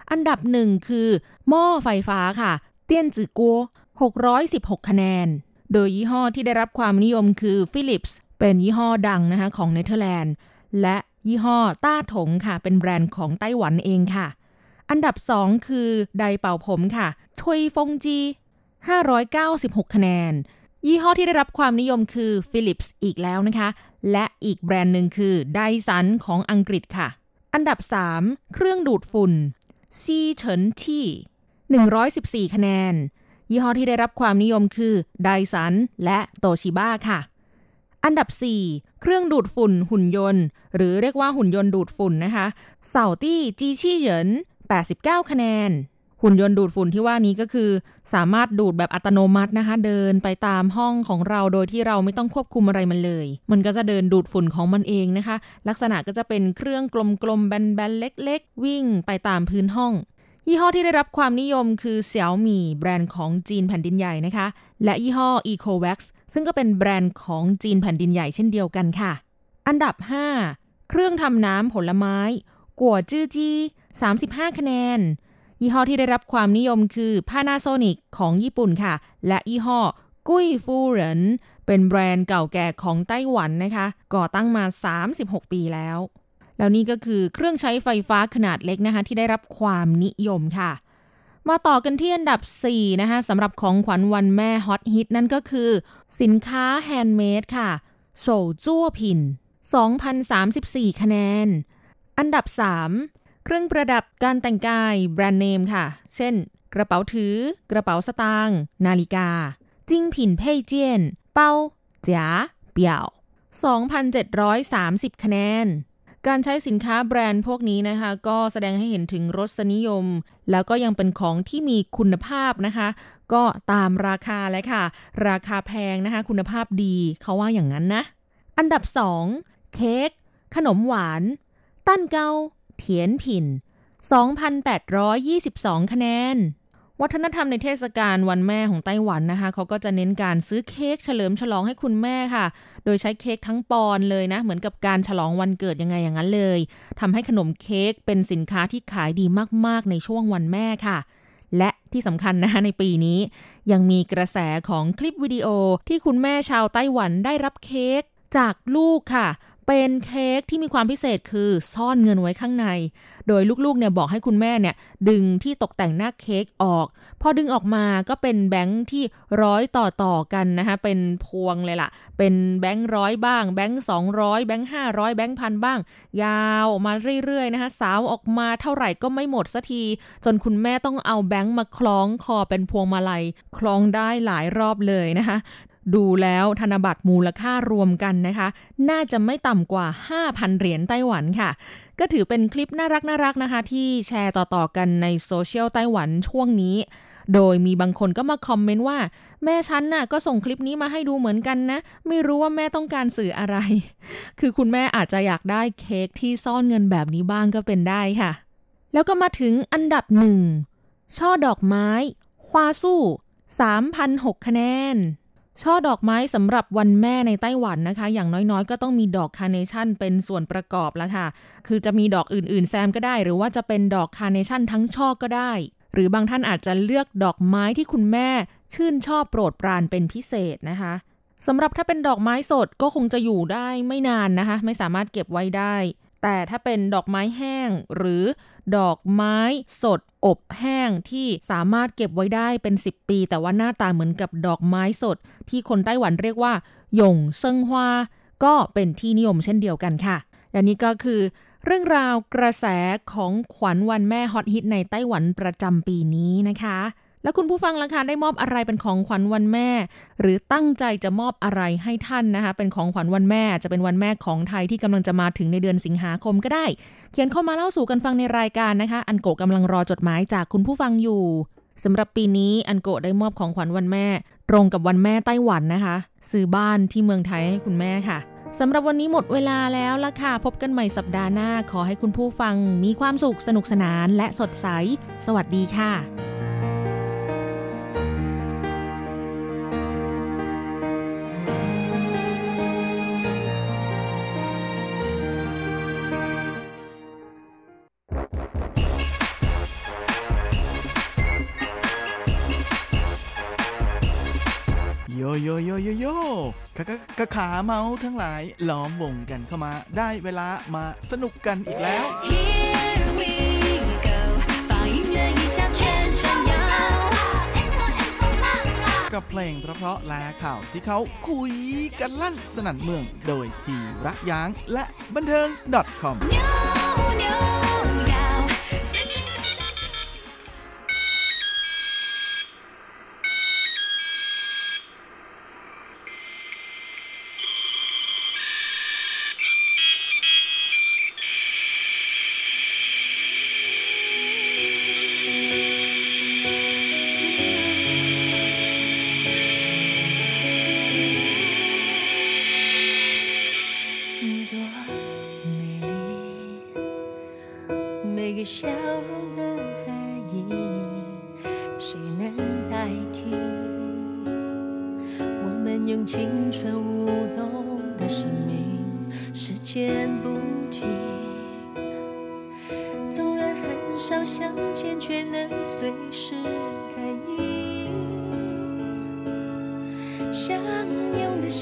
[SPEAKER 5] อันดับหนึ่งคือหม้อไฟฟ้าค่ะเตี้ยนจื่อกัวหกร้อยสิบหกคะแนนโดยยี่ห้อที่ได้รับความนิยมคือ Philips เป็นยี่ห้อดังนะคะของเนเธอร์แลนด์และยี่ห้อต้าถงค่ะเป็นแบรนด์ของไต้หวันเองค่ะอันดับสองคือไดร์เป่าผมค่ะชุยฟงจีห้าร้อยเก้าสิบหกคะแนนยี่ห้อที่ได้รับความนิยมคือ Philips อีกแล้วนะคะและอีกแบรนด์หนึ่งคือ Dyson ของอังกฤษค่ะอันดับสามเครื่องดูดฝุ่นซีเฉินที่หนึ่งร้อยสิบสี่คะแนนยี่ห้อที่ได้รับความนิยมคือ Dyson และโตชิบ้าค่ะอันดับสี่เครื่องดูดฝุ่นหุ่นยนต์หรือเรียกว่าหุ่นยนต์ดูดฝุ่นนะคะเส่าตี้จีชี่เหยินแปดสิบเก้าคะแนนหุ่นยนต์ดูดฝุ่นที่ว่านี้ก็คือสามารถดูดแบบอัตโนมัตินะคะเดินไปตามห้องของเราโดยที่เราไม่ต้องควบคุมอะไรมันเลยมันก็จะเดินดูดฝุ่นของมันเองนะคะลักษณะก็จะเป็นเครื่องกลมๆแบนๆเล็กๆวิ่งไปตามพื้นห้องยี่ห้อที่ได้รับความนิยมคือ Xiaomi แบรนด์ของจีนแผ่นดินใหญ่นะคะและยี่ห้อ Ecowax ซึ่งก็เป็นแบรนด์ของจีนแผ่นดินใหญ่เช่นเดียวกันค่ะอันดับห้าเครื่องทำน้ำผลไม้กัวจื้อจี้สามสิบห้าคะแนนยี่ห้อที่ได้รับความนิยมคือ Panasonic ของญี่ปุ่นค่ะและยี่ห้อกุ้ยฟูเหรินเป็นแบรนด์เก่าแก่ของไต้หวันนะคะก่อตั้งมาสามสิบหกปีแล้วแล้วนี่ก็คือเครื่องใช้ไฟฟ้าขนาดเล็กนะคะที่ได้รับความนิยมค่ะมาต่อกันที่อันดับสี่นะคะสำหรับของขวัญวันแม่ฮอตฮิตนั่นก็คือสินค้าแฮนด์เมดค่ะโฉวจั่วผิน สองพันสามสิบสี่ คะแนนอันดับสามเครื่องประดับการแต่งกายแบรนด์เนมค่ะเช่นกระเป๋าถือกระเป๋าสตางค์นาฬิกาจิ้งผินเพ่ยเจี้ยนเป้าจ๋าเปี่ยว สองพันเจ็ดร้อยสามสิบ คะแนนการใช้สินค้าแบรนด์พวกนี้นะคะก็แสดงให้เห็นถึงรสนิยมแล้วก็ยังเป็นของที่มีคุณภาพนะคะก็ตามราคาเลยค่ะราคาแพงนะคะคุณภาพดีเขาว่าอย่างนั้นนะอันดับสองเค้กขนมหวานตั้นเกาเถียนผิน สองพันแปดร้อยยี่สิบสอง คะแนนวัฒนธรรมในเทศกาลวันแม่ของไต้หวันนะคะเขาก็จะเน้นการซื้อเค้กเฉลิมฉลองให้คุณแม่ค่ะโดยใช้เค้กทั้งปอนด์เลยนะเหมือนกับการฉลองวันเกิดยังไงอย่างนั้นเลยทำให้ขนมเค้กเป็นสินค้าที่ขายดีมากๆในช่วงวันแม่ค่ะและที่สำคัญนะคะในปีนี้ยังมีกระแสของคลิปวิดีโอที่คุณแม่ชาวไต้หวันได้รับเค้กจากลูกค่ะเป็นเค้กที่มีความพิเศษคือซ่อนเงินไว้ข้างในโดยลูกๆเนี่ยบอกให้คุณแม่เนี่ยดึงที่ตกแต่งหน้าเค้กออกพอดึงออกมาก็เป็นแบงค์ที่ร้อยต่อๆกันนะคะเป็นพวงเลยล่ะเป็นแบงค์ร้อยบ้างแบงค์สองร้อยแบงค์ห้าร้อยแบงค์พันบ้างยาวออกมาเรื่อยๆนะคะสาวออกมาเท่าไหร่ก็ไม่หมดสักทีจนคุณแม่ต้องเอาแบงค์มาคล้องคอเป็นพวงมาลัยคล้องได้หลายรอบเลยนะคะดูแล้วธนบัตรมูลค่ารวมกันนะคะน่าจะไม่ต่ำกว่า ห้าพัน เหรียญไต้หวันค่ะก็ถือเป็นคลิปน่ารักน่ารักนะคะที่แชร์ต่อๆกันในโซเชียลไต้หวันช่วงนี้โดยมีบางคนก็มาคอมเมนต์ว่าแม่ฉันน่ะก็ส่งคลิปนี้มาให้ดูเหมือนกันนะไม่รู้ว่าแม่ต้องการสื่ออะไรคือคุณแม่อาจจะอยากได้เค้กที่ซ่อนเงินแบบนี้บ้างก็เป็นได้ค่ะแล้วก็มาถึงอันดับหนึ่งช่อดอกไม้ฮวาสู้ สามพันหก คะแนนช่อดอกไม้สำหรับวันแม่ในไต้หวันนะคะอย่างน้อยๆก็ต้องมีดอกคาร์เนชั่นเป็นส่วนประกอบแล้วค่ะคือจะมีดอกอื่นๆแซมก็ได้หรือว่าจะเป็นดอกคาร์เนชั่นทั้งช่อก็ได้หรือบางท่านอาจจะเลือกดอกไม้ที่คุณแม่ชื่นชอบโปรดปรานเป็นพิเศษนะคะสำหรับถ้าเป็นดอกไม้สดก็คงจะอยู่ได้ไม่นานนะคะไม่สามารถเก็บไว้ได้แต่ถ้าเป็นดอกไม้แห้งหรือดอกไม้สดอบแห้งที่สามารถเก็บไว้ได้เป็นสิบปีแต่ว่าหน้าตาเหมือนกับดอกไม้สดที่คนไต้หวันเรียกว่าหยงเซิงฮวาก็เป็นที่นิยมเช่นเดียวกันค่ะและนี่ก็คือเรื่องราวกระแสของขวัญวันแม่ฮอตฮิตในไต้หวันประจำปีนี้นะคะแล้วคุณผู้ฟังล่ะคะได้มอบอะไรเป็นของขวัญวันแม่หรือตั้งใจจะมอบอะไรให้ท่านนะคะเป็นของขวัญวันแม่จะเป็นวันแม่ของไทยที่กำลังจะมาถึงในเดือนสิงหาคมก็ได้เขียนเข้ามาเล่าสู่กันฟังในรายการนะคะอันโกะกำลังรอจดหมายจากคุณผู้ฟังอยู่สำหรับปีนี้อันโกะได้มอบของขวัญวันแม่ตรงกับวันแม่ไต้หวันนะคะซื้อบ้านที่เมืองไทยให้คุณแม่ค่ะสำหรับวันนี้หมดเวลาแล้วล่ะค่ะพบกันใหม่สัปดาห์หน้าขอให้คุณผู้ฟังมีความสุขสนุกสนานและสดใสสวัสดีค่ะ
[SPEAKER 6] โยโยโยโยโยกะขาเมาทั้งหลายล้อมวงกันเข้ามาได้เวลามาสนุกกันอีกแล้วกับเพลงเพราะๆและข่าวที่เขาคุยกันลั่นสนั่นเมืองโดยทีรักยางและบันเทิง .com
[SPEAKER 7] 个笑容的合影，谁能代替我们用青春舞动的生命？时间不停，纵然很少相见，却能随时感应相拥的心。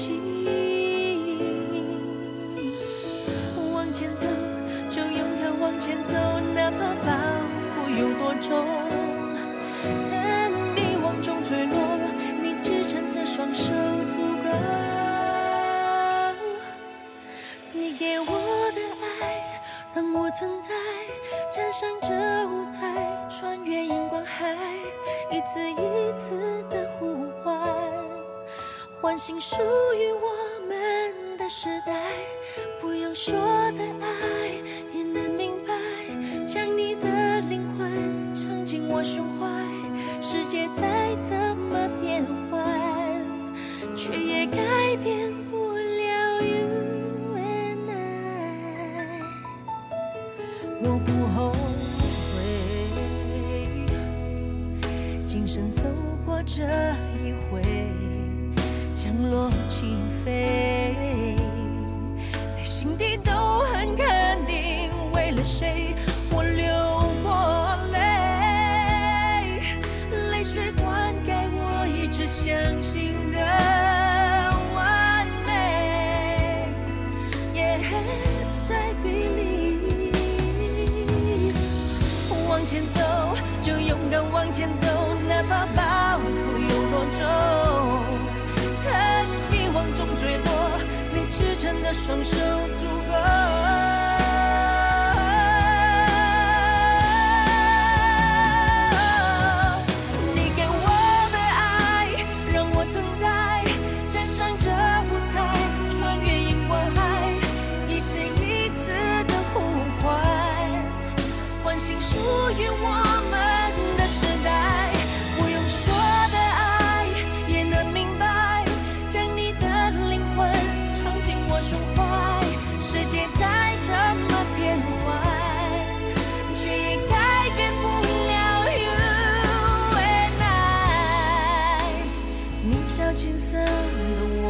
[SPEAKER 7] 往前走，就勇敢往前走，哪怕包袱有多重，在迷惘中坠落，你支撑的双手足够。你给我的爱，让我存在，站上这舞台，穿越荧光海，一次一次的呼唤，唤醒属于我们的时代。不用说的爱也能明白，将你的灵魂藏进我胸怀，世界再怎么变幻，却也改变不了 You and I。 我不后悔今生走过这一回，降落起飞，心底都很肯定，为了谁我流过泪，泪水灌溉我一直相信的完美。 Yes I believe， 往前走就勇敢往前走，哪怕包袱有多重，曾迷惘中坠落，支撑的双手足够。你给我的爱，让我存在，站上这舞台，穿越荧光海，一次一次的呼唤，唤醒属于我们的时代。不用说的爱，也能明白，将你的灵魂我胸怀，世界再怎么变幻，却也改变不了 You and I。 年少青涩的我，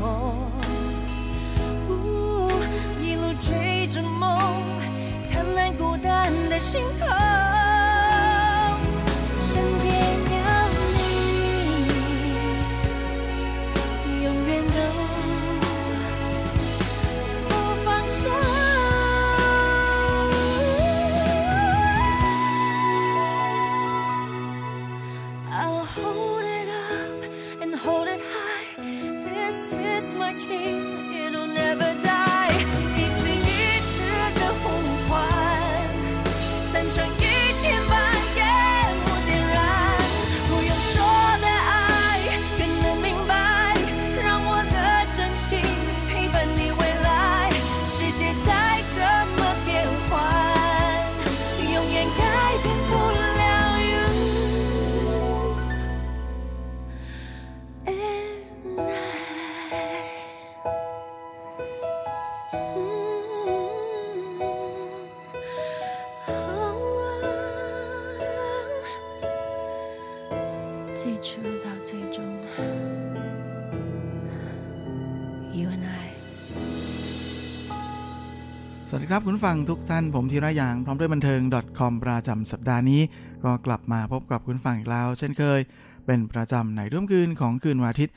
[SPEAKER 7] 哦，一路追着梦，灿烂孤单的星空，身边有你，永远都I'll hold it up and hold it high. This is my dream, it'll never die. 一次一次的呼唤，散成一千万烟雾点燃。不用说的爱，更能明白，让我的真心陪伴你未来。世界再怎么变幻，永远改变不了。最初到最终 You and I。
[SPEAKER 6] สวัสดีครับคุณฟังทุกท่านผมธีระยางพร้อมด้วยบันเทิง .com ประจำสัปดาห์นี้ก็กลับมาพบกับคุณฟังอีกแล้วเช่นเคยเป็นประจำในรุ่มคืนของคืนวันอาทิตย์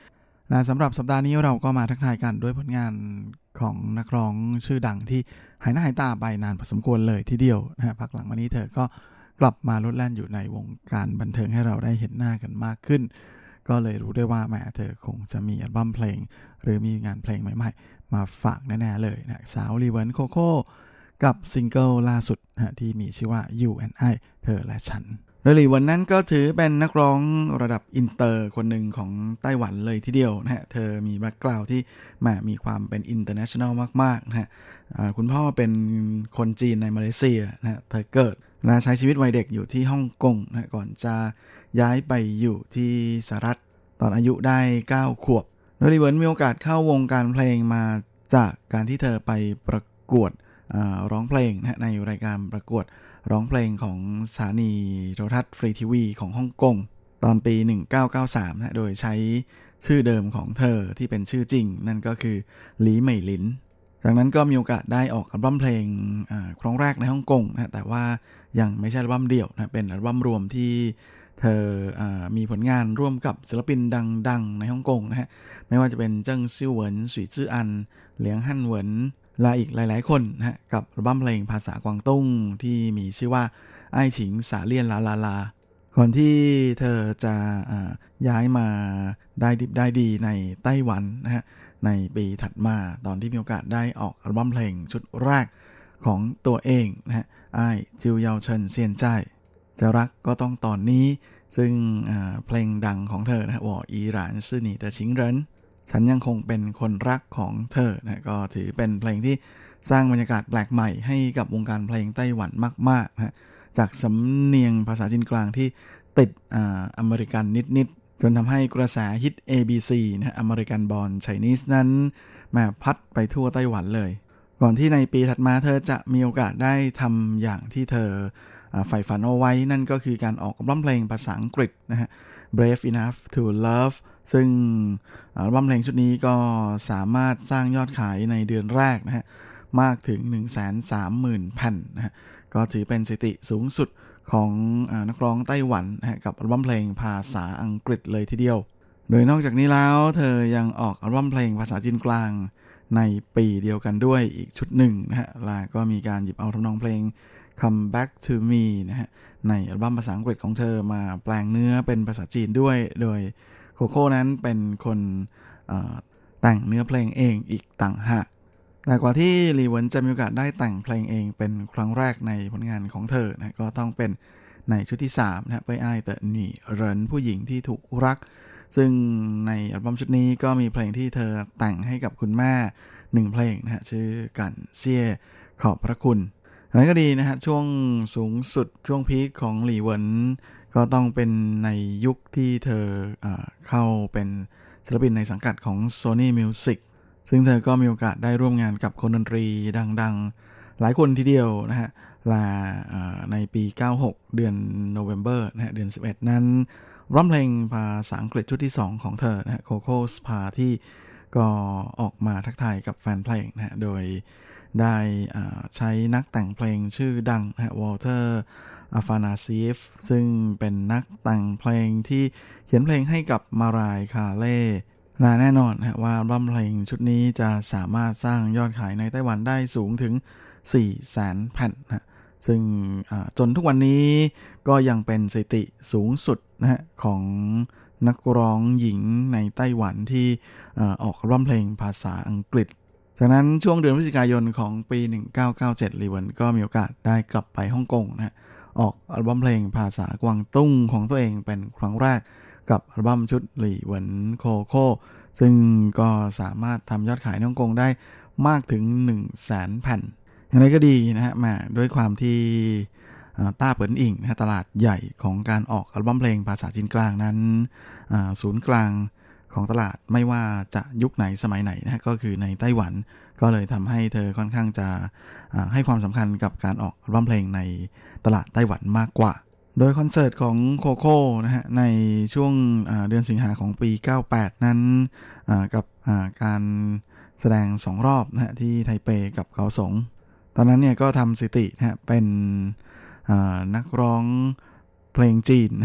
[SPEAKER 6] และสำหรับสัปดาห์นี้เราก็มาทักทายกันด้วยผลงานของนักร้องชื่อดังที่หายหน้าหายตาไปนานพอสมควรเลยทีเดียวนะฮะพักหลังมานี้เธอก็กลับมาลดแล่นอยู่ในวงการบันเทิงให้เราได้เห็นหน้ากันมากขึ้นก็เลยรู้ได้ว่าแม่เธอคงจะมีอัลบั้มเพลงหรือมีงานเพลงใหม่ๆมาฝากแน่ๆเลยนะสาวลีเวิร์นโคโค่กับซิงเกิลล่าสุดนะที่มีชื่อว่า You and I เธอและฉันโดยลีเวิร์นนั้นก็ถือเป็นนักร้องระดับอินเตอร์คนหนึ่งของไต้หวันเลยทีเดียวนะฮะเธอมีแบ็คกราวด์ที่แหมมีความเป็นอินเตอร์เนชั่นแนลมากๆนะฮะคุณพ่อเป็นคนจีนในมาเลเซียนะฮะเธอเกิดและใช้ชีวิตวัยเด็กอยู่ที่ฮ่องกงนะก่อนจะย้ายไปอยู่ที่สหรัฐตอนอายุได้เก้าขวบโดยลีเวิร์นมีโอกาสเข้าวงการเพลงมาจากการที่เธอไปประกวดร้องเพลงนะในรายการประกวดร้องเพลงของสถานีโทรทัศน์ฟรีทีวีของฮ่องกงตอนปีหนึ่งเก้าเก้าสามนะโดยใช้ชื่อเดิมของเธอที่เป็นชื่อจริงนั่นก็คือหลีเหมยหลินจากนั้นก็มีโอกาสได้ออกอัลบั้มเพลงครั้งแรกในฮ่องกงนะแต่ว่ายังไม่ใช่อัลบั้มเดี่ยวนะเป็นอัลบั้มรวมที่เธออมีผลงานร่วมกับศิลปินดังๆในฮ่องกงนะฮะไม่ว่าจะเป็นเจิ้งซิ่วเหวินสุยจื้ออันเหลียงฮั่นเหวินและอีกหลายๆคนนะฮะกับอัลบั้มเพลงภาษากวางตุ้งที่มีชื่อว่าไอ้ฉิงสาเลียนลาลาลาก่อนที่เธอจะย้ายมาได้ดิบได้ดีในไต้หวันนะฮะในปีถัดมาตอนที่มีโอกาสได้ออกอัลบั้มเพลงชุดแรกของตัวเองนะฮะไอ้จิวเยาเฉินเซียนจ้ายจะรักก็ต้องตอนนี้ซึ่งเพลงดังของเธอนะฮะว่าอีหลานซื่อหนีแต่ชิงเรินฉันยังคงเป็นคนรักของเธอนะก็ถือเป็นเพลงที่สร้างบรรยากาศแปลกใหม่ให้กับวงการเพลงไต้หวันมากๆนะจากสำเนียงภาษาจีนกลางที่ติดอ่าอเมริกันนิดๆจนทำให้กระแสฮิต เอ บี ซี นะอเมริกันบอร์นไชนีสนั้นมาพัดไปทั่วไต้หวันเลยก่อนที่ในปีถัดมาเธอจะมีโอกาสได้ทำอย่างที่เธอใฝ่ฝันเอาไว้นั่นก็คือการออกอัลบั้มเพลงภาษาอังกฤษนะฮะ Brave Enough to Love ซึ่งอัลบั้มเพลงชุดนี้ก็สามารถสร้างยอดขายในเดือนแรกนะฮะมากถึง หนึ่งแสนสามหมื่น แผ่นนะฮะก็ถือเป็นสถิติสูงสุดของนักร้องไต้หวันนะฮะกับอัลบั้มเพลงภาษาอังกฤษเลยทีเดียวโดยนอกจากนี้แล้วเธอยังออกอัลบั้มเพลงภาษาจีนกลางในปีเดียวกันด้วยอีกชุดหนึ่งนะฮะและก็มีการหยิบเอาทำนองเพลงCome Back to Me นะฮะในอัลบั้มภาษาอังกฤษของเธอมาแปลงเนื้อเป็นภาษาจีนด้วยโดยโคโค่นั้นเป็นคนแต่งเนื้อเพลงเองอีกต่างหากแต่กว่าที่หลีเหวินจะมีโอกาสได้แต่งเพลงเองเป็นครั้งแรกในผลงานของเธอนะก็ต้องเป็นในชุดที่สามนะฮะเป้ยอ้ายเต๋อหนี่เหรินผู้หญิงที่ถูกรักซึ่งในอัลบั้มชุดนี้ก็มีเพลงที่เธอแต่งให้กับคุณแม่หนึ่งเพลงนะฮะชื่อกันเซี่ยขอบพระคุณอะไรก็ดีนะฮะช่วงสูงสุดช่วงพีคของหลีเหวินก็ต้องเป็นในยุคที่เธอเอ่อเข้าเป็นศิลปินในสังกัดของ Sony Music ซึ่งเธอก็มีโอกาสได้ร่วมงานกับคนดนตรีดังๆหลายคนทีเดียวนะฮะและในปีเก้าหกเดือน November นะฮะเดือนสิบเอ็ดนั้นร้องเพลงภาษาอังกฤษชุดที่สองของเธอนะฮะ Coco's Party ก็ออกมาทักทายกับแฟนเพลงนะฮะโดยได้ใช้นักแต่งเพลงชื่อดังนะฮะวอลเตอร์อาฟานาซีฟซึ่งเป็นนักแต่งเพลงที่เขียนเพลงให้กับมารายคาเล่และแน่นอนนะว่าอัลบั้มเพลงชุดนี้จะสามารถสร้างยอดขายในไต้หวันได้สูงถึง สี่แสน แผ่นนะซึ่งจนทุกวันนี้ก็ยังเป็นสถิติสูงสุดนะฮะของนักร้องหญิงในไต้หวันที่ออกอัลบั้มเพลงภาษาอังกฤษจากนั้นช่วงเดือนพฤศจิกายนของปีหนึ่งเก้าเก้าเจ็ดหลีเหวินก็มีโอกาสได้กลับไปฮ่องกงนะฮะออกอัลบั้มเพลงภาษากวางตุ้งของตัวเองเป็นครั้งแรกกับอัลบั้มชุดหลี่เหวินโคโค่ซึ่งก็สามารถทำยอดขายในฮ่องกงได้มากถึง หนึ่งแสน แผ่นอย่างไรก็ดีนะฮะมาด้วยความที่ต้าเปิ่นอิงนะตลาดใหญ่ของการออกอัลบั้มเพลงภาษาจีนกลางนั้นศูนย์กลางของตลาดไม่ว่าจะยุคไหนสมัยไหนนะก็คือในไต้หวันก็เลยทำให้เธอค่อนข้างจะให้ความสำคัญกับการออกอัลบั้มเพลงในตลาดไต้หวันมากกว่าโดยคอนเสิร์ตของโคโค่นะฮะในช่วงเดือนสิงหาของปีเก้าสิบแปดนั้นกับการแสดงสองรอบนะฮะที่ไทเปกับเขาสงตอนนั้นเนี่ยก็ทำสถิตินะฮะเป็นนักร้องเพลงจีนนะฮะ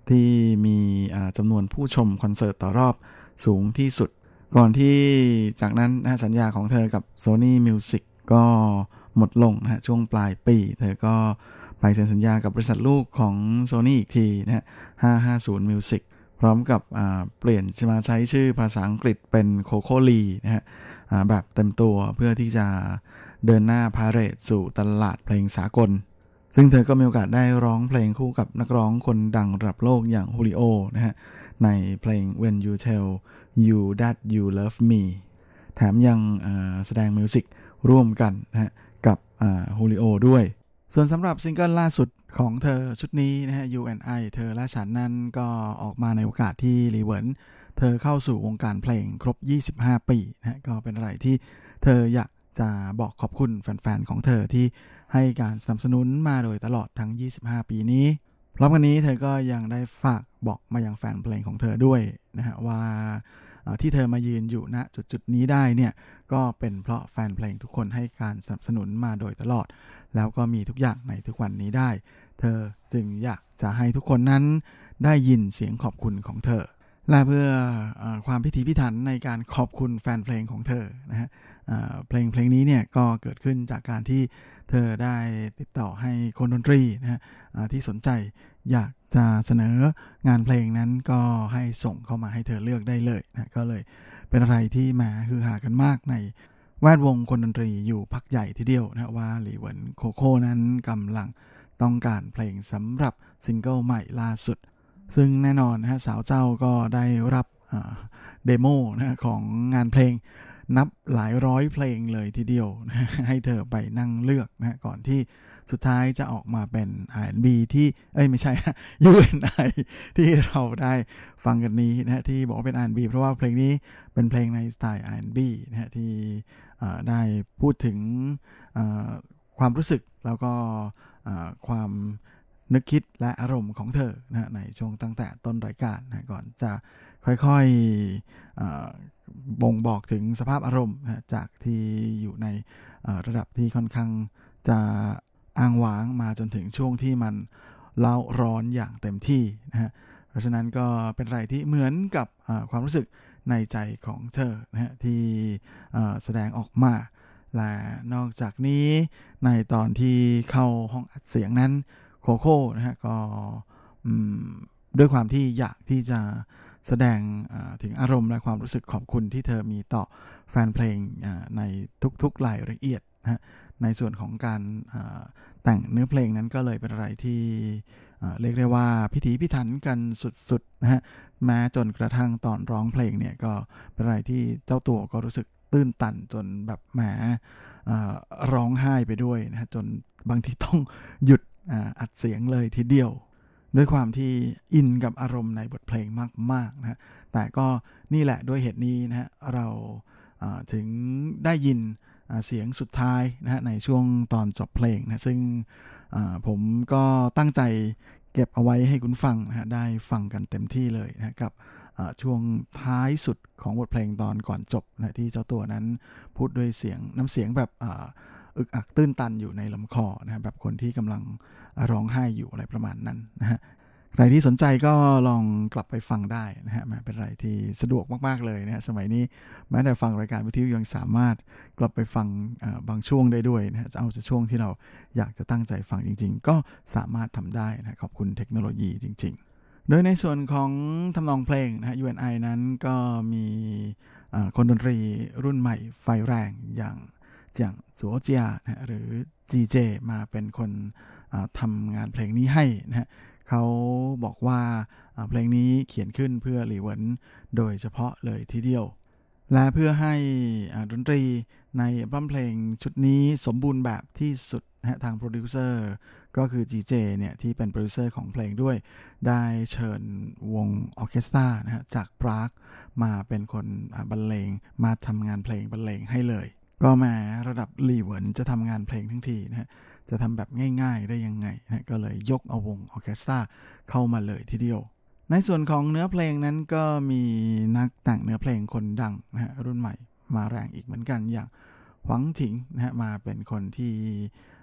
[SPEAKER 6] ที่มีจำนวนผู้ชมคอนเสิร์ตต่อรอบสูงที่สุดก่อนที่จากนั้นนะสัญญาของเธอกับ Sony Music ก็หมดลงนะช่วงปลายปีเธอก็ไปเซ็นสัญญากับบริษัทลูกของ Sony อีกทีนะฮะห้าห้าศูนย์ Music พร้อมกับเปลี่ยนมาใช้ชื่อภาษาอังกฤษเป็น Coco Lee นะฮะแบบเต็มตัวเพื่อที่จะเดินหน้าพาเหรดสู่ตลาดเพลงสากลซึ่งเธอก็มีโอกาสได้ร้องเพลงคู่กับนักร้องคนดังระดับโลกอย่างฮูลิโอนะฮะในเพลง When You Tell You That You Love Me แถมยังแสดงมิวสิกร่วมกันนะฮะกับฮูลิโอด้วยส่วนสำหรับซิงเกิลล่าสุดของเธอชุดนี้นะฮะ You and I เธอและฉันนั้นก็ออกมาในโอกาสที่หลีเหวินเธอเข้าสู่วงการเพลงครบยี่สิบห้าปีนะฮะก็เป็นอะไรที่เธออยากจะบอกขอบคุณแฟนๆของเธอที่ให้การสนับสนุนมาโดยตลอดทั้งยี่สิบห้าปีนี้พร้อมกันนี้เธอก็ยังได้ฝากบอกมายังแฟนเพลงของเธอด้วยนะฮะว่าที่เธอมายืนอยู่ณจุดๆนี้ได้เนี่ยก็เป็นเพราะแฟนเพลงทุกคนให้การสนับสนุนมาโดยตลอดแล้วก็มีทุกอย่างในทุกวันนี้ได้เธอจึงอยากจะให้ทุกคนนั้นได้ยินเสียงขอบคุณของเธอและเพื่ออความพิถีพิถันในการขอบคุณแฟนเพลงของเธอนะฮะเพลงเพลงนี้เนี่ยก็เกิดขึ้นจากการที่เธอได้ติดต่อให้คนดนตรีนะฮะที่สนใจอยากจะเสนองานเพลงนั้นก็ให้ส่งเข้ามาให้เธอเลือกได้เลยนะก็เลยเป็นอะไรที่แหมฮือฮากันมากในแวดวงคนดนตรีอยู่พักใหญ่ทีเดียวนะว่าหลีเหวินโคโค่นั้นกำลังต้องการเพลงสำหรับซิงเกิลใหม่ล่าสุดซึ่งแน่นอนนะฮะสาวเจ้าก็ได้รับเดโมนะของงานเพลงนับหลายร้อยเพลงเลยทีเดียวนะให้เธอไปนั่งเลือกนะก่อนที่สุดท้ายจะออกมาเป็น อาร์ แอนด์ บี ที่เอ้ยไม่ใช่ ยู เอ็น ไอ ที่เราได้ฟังกันนี้นะที่บอกว่าเป็น อาร์ แอนด์ บี เพราะว่าเพลงนี้เป็นเพลงในสไตล์ อาร์ แอนด์ บี นะฮะที่ได้พูดถึงความรู้สึกแล้วก็ความนึกคิดและอารมณ์ของเธอนะในช่วงตั้งแต่ต้นรายการนะก่อนจะค่อยๆบ่งบอกถึงสภาพอารมณ์นะจากที่อยู่ในระดับที่ค่อนข้างจะอ้างว้างมาจนถึงช่วงที่มันเล่าร้อนอย่างเต็มที่นะฮะเพราะฉะนั้นก็เป็นอะไรที่เหมือนกับความรู้สึกในใจของเธอนะฮะที่แสดงออกมาและนอกจากนี้ในตอนที่เข้าห้องอัดเสียงนั้นโคโค่นะฮะก็ด้วยความที่อยากที่จะแสดงถึงอารมณ์และความรู้สึกขอบคุณที่เธอมีต่อแฟนเพลงในทุกๆรายละเอียดนะฮะในส่วนของการแต่งเนื้อเพลงนั้นก็เลยเป็นอะไรที่เรียกได้ว่าพิถีพิถันกันสุดๆนะฮะแม้จนกระทั่งตอนร้องเพลงเนี่ยก็เป็นอะไรที่เจ้าตัวก็รู้สึกตื้นตันจนแบบแหมร้องไห้ไปด้วยนะฮะจนบางทีต้องหยุดอัดเสียงเลยทีเดียวด้วยความที่อินกับอารมณ์ในบทเพลงมากๆนะฮะแต่ก็นี่แหละด้วยเหตุนี้นะฮะเราถึงได้ยินเสียงสุดท้ายนะฮะในช่วงตอนจบเพลงนะซึ่งผมก็ตั้งใจเก็บเอาไว้ให้คุณฟังนะฮะได้ฟังกันเต็มที่เลยนะกับช่วงท้ายสุดของบทเพลงตอนก่อนจบนะที่เจ้าตัวนั้นพูดด้วยเสียงน้ำเสียงแบบอึกอักตื้นตันอยู่ในลำคอนะแบบคนที่กำลังร้องไห้อยู่อะไรประมาณนั้นนะฮะใครที่สนใจก็ลองกลับไปฟังได้นะฮะเป็นอะไรที่สะดวกมากๆเลยนะฮะสมัยนี้แม้แต่ฟังรายการวิทยุยังสามารถกลับไปฟังบางช่วงได้ด้วยนะฮะจะเอาแต่ช่วงที่เราอยากจะตั้งใจฟังจริงๆก็สามารถทำได้นะขอบคุณเทคโนโลยีจริงๆโดยในส่วนของทำนองเพลงนะฮะ ยู เอ็น ไอ นั้นก็มีคนดนตรีรุ่นใหม่ไฟแรงอย่างเจียงสัวเจียนะหรือ จี เจ มาเป็นคนทำงานเพลงนี้ให้นะฮะเขาบอกว่าเพลงนี้เขียนขึ้นเพื่อหลีเหวินโดยเฉพาะเลยทีเดียวและเพื่อให้ดนตรีในอัลบั้มเพลงชุดนี้สมบูรณ์แบบที่สุดนะฮะทางโปรดิวเซอร์ก็คือ จี เจ เนี่ยที่เป็นโปรดิวเซอร์ของเพลงด้วยได้เชิญวงออร์เคสตรานะฮะจากปรากมาเป็นคนบรรเลงมาทำงานเพลงบรรเลงให้เลยก็มาระดับหลีเหวินจะทำงานเพลงทั้งทีนะฮะจะทำแบบง่ายๆได้ยังไงนะก็เลยยกเอาวงออร์เคสตราเข้ามาเลยทีเดียวในส่วนของเนื้อเพลงนั้นก็มีนักแต่งเนื้อเพลงคนดังนะฮะรุ่นใหม่มาแรงอีกเหมือนกันอย่างหวังถิงนะฮะมาเป็นคนที่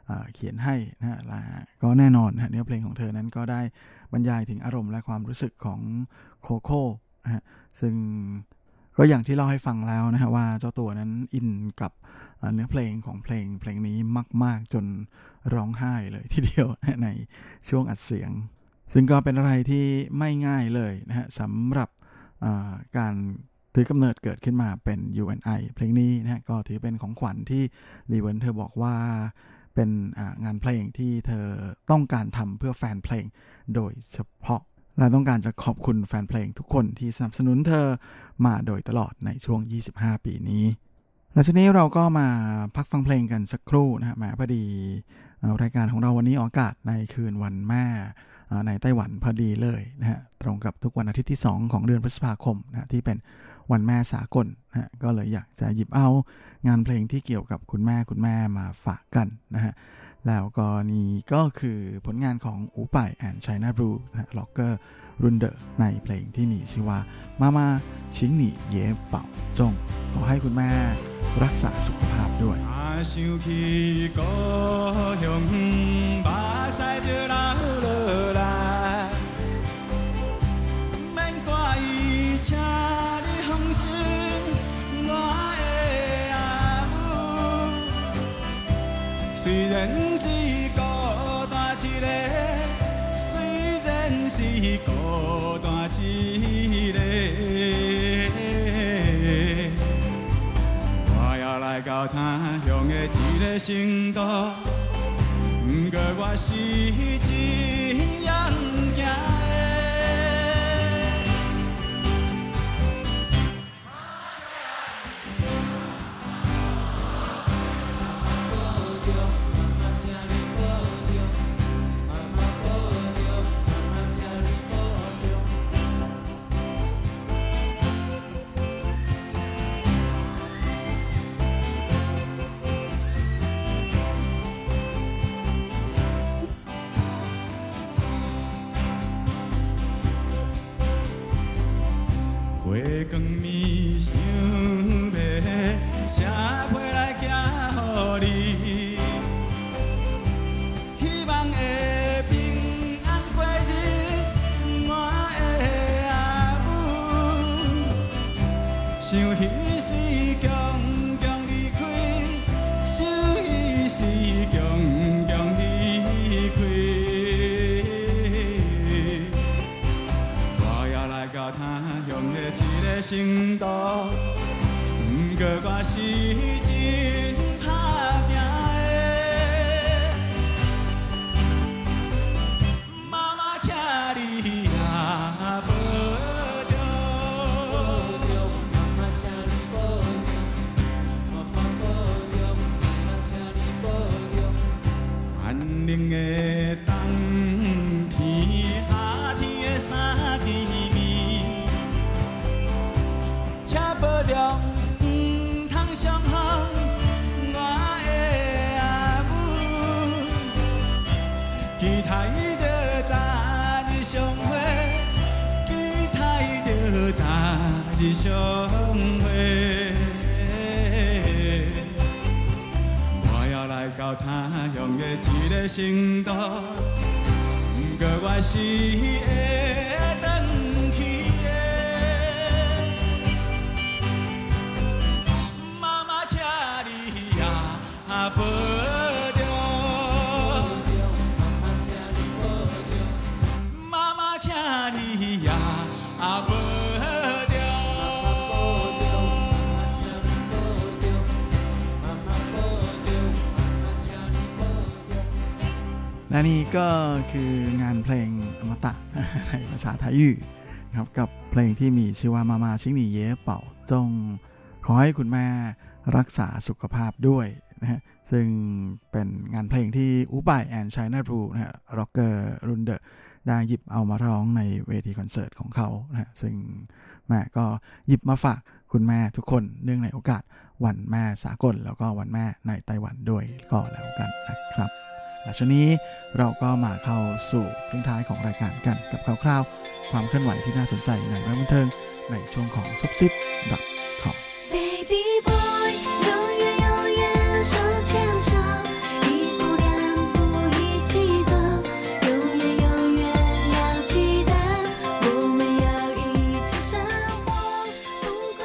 [SPEAKER 6] เขียนให้นะฮะก็แน่นอนนะเนื้อเพลงของเธอนั้นก็ได้บรรยายถึงอารมณ์และความรู้สึกของโคโค่นะฮะซึ่งก็อย่างที่เล่าให้ฟังแล้วนะฮะว่าเจ้าตัวนั้นอินกับเนื้อเพลงของเพลงเพลงนี้มากๆจนร้องไห้เลยทีเดียวในช่วงอัดเสียงซึ่งก็เป็นอะไรที่ไม่ง่ายเลยนะฮะสำหรับการถือกำเนิดเกิดขึ้นมาเป็น ยู เอ็น ไอ เพลงนี้นะฮะก็ถือเป็นของขวัญที่ลีเวิร์นเธอบอกว่าเป็นงานเพลงที่เธอต้องการทำเพื่อแฟนเพลงโดยเฉพาะและต้องการจะขอบคุณแฟนเพลงทุกคนที่สนับสนุนเธอมาโดยตลอดในช่วงยี่สิบห้าปีนี้และทีนี้เราก็มาพักฟังเพลงกันสักครู่นะฮะแม้พอดีรายการของเราวันนี้ออกอากาศในคืนวันแม่ในไต้หวันพอดีเลยนะฮะตรงกับทุกวันอาทิตย์ที่สองของเดือนพฤษภาคมนะที่เป็นวันแม่สากลนะฮะก็เลยอยากจะหยิบเอางานเพลงที่เกี่ยวกับคุณแม่คุณแม่มาฝากกันนะฮะแล้วก็นี่ก็คือผลงานของอูป่ายแอนด์ไชน่าบลูนะฮะล็อกเกอร์รุ่นเดอร์ในเพลงที่มีชื่อว่ามามาชิงหนี่เย่เป่าจงขอให้คุณแม่รักษาสุขภาพด้วย想起故乡目屎就流落来免怪伊请你放心我的阿母虽然是孤单一个虽然是孤单一个来到他乡的一个城都，不过我是真勇敢的。月光暝想要写批来寄予你，希望会平安过日，我的阿母。想彼时强强离开，想彼时强强离开，我也来到他乡的一个城都，不过我是真打拼的。妈妈，请你也保重。妈妈，请你保重。妈妈保重，妈妈请你保重。安宁的冬天，夏天的三甜蜜。请保重，唔通伤害我的阿母。期待着早日相会，期待着早日相会。我要来到他乡的一个城都，不过我是会回去。保重，妈妈，请你也保重。และนี่ก็คืองานเพลงอมตะในภาษาไทยอยู่ครับกับเพลงที่มีชื่อว่ามามาชิงหนี่เย่เป่าจงขอให้คุณแม่รักษาสุขภาพด้วยนะฮะซึ่งเป็นงานเพลงที่อูป่ายแอนด์ไชน่าบลูนะฮะร็อกเกอร์รุ่นเดอะได้หยิบเอามาร้องในเวทีคอนเสิร์ตของเขานะฮะซึ่งแม่ก็หยิบมาฝากคุณแม่ทุกคนเนื่องในโอกาสวันแม่สากลแล้วก็วันแม่ในไต้หวันด้วยก็แล้วกันนะครับและช่วงนี้เราก็มาเข้าสู่ครึ่งท้ายของรายการกันกับคร่าวๆความเคลื่อนไหวที่น่าสนใจในแวดวงบันเทิงในช่วงของซุปซิป .com Baby boy永远永远手牵手一步两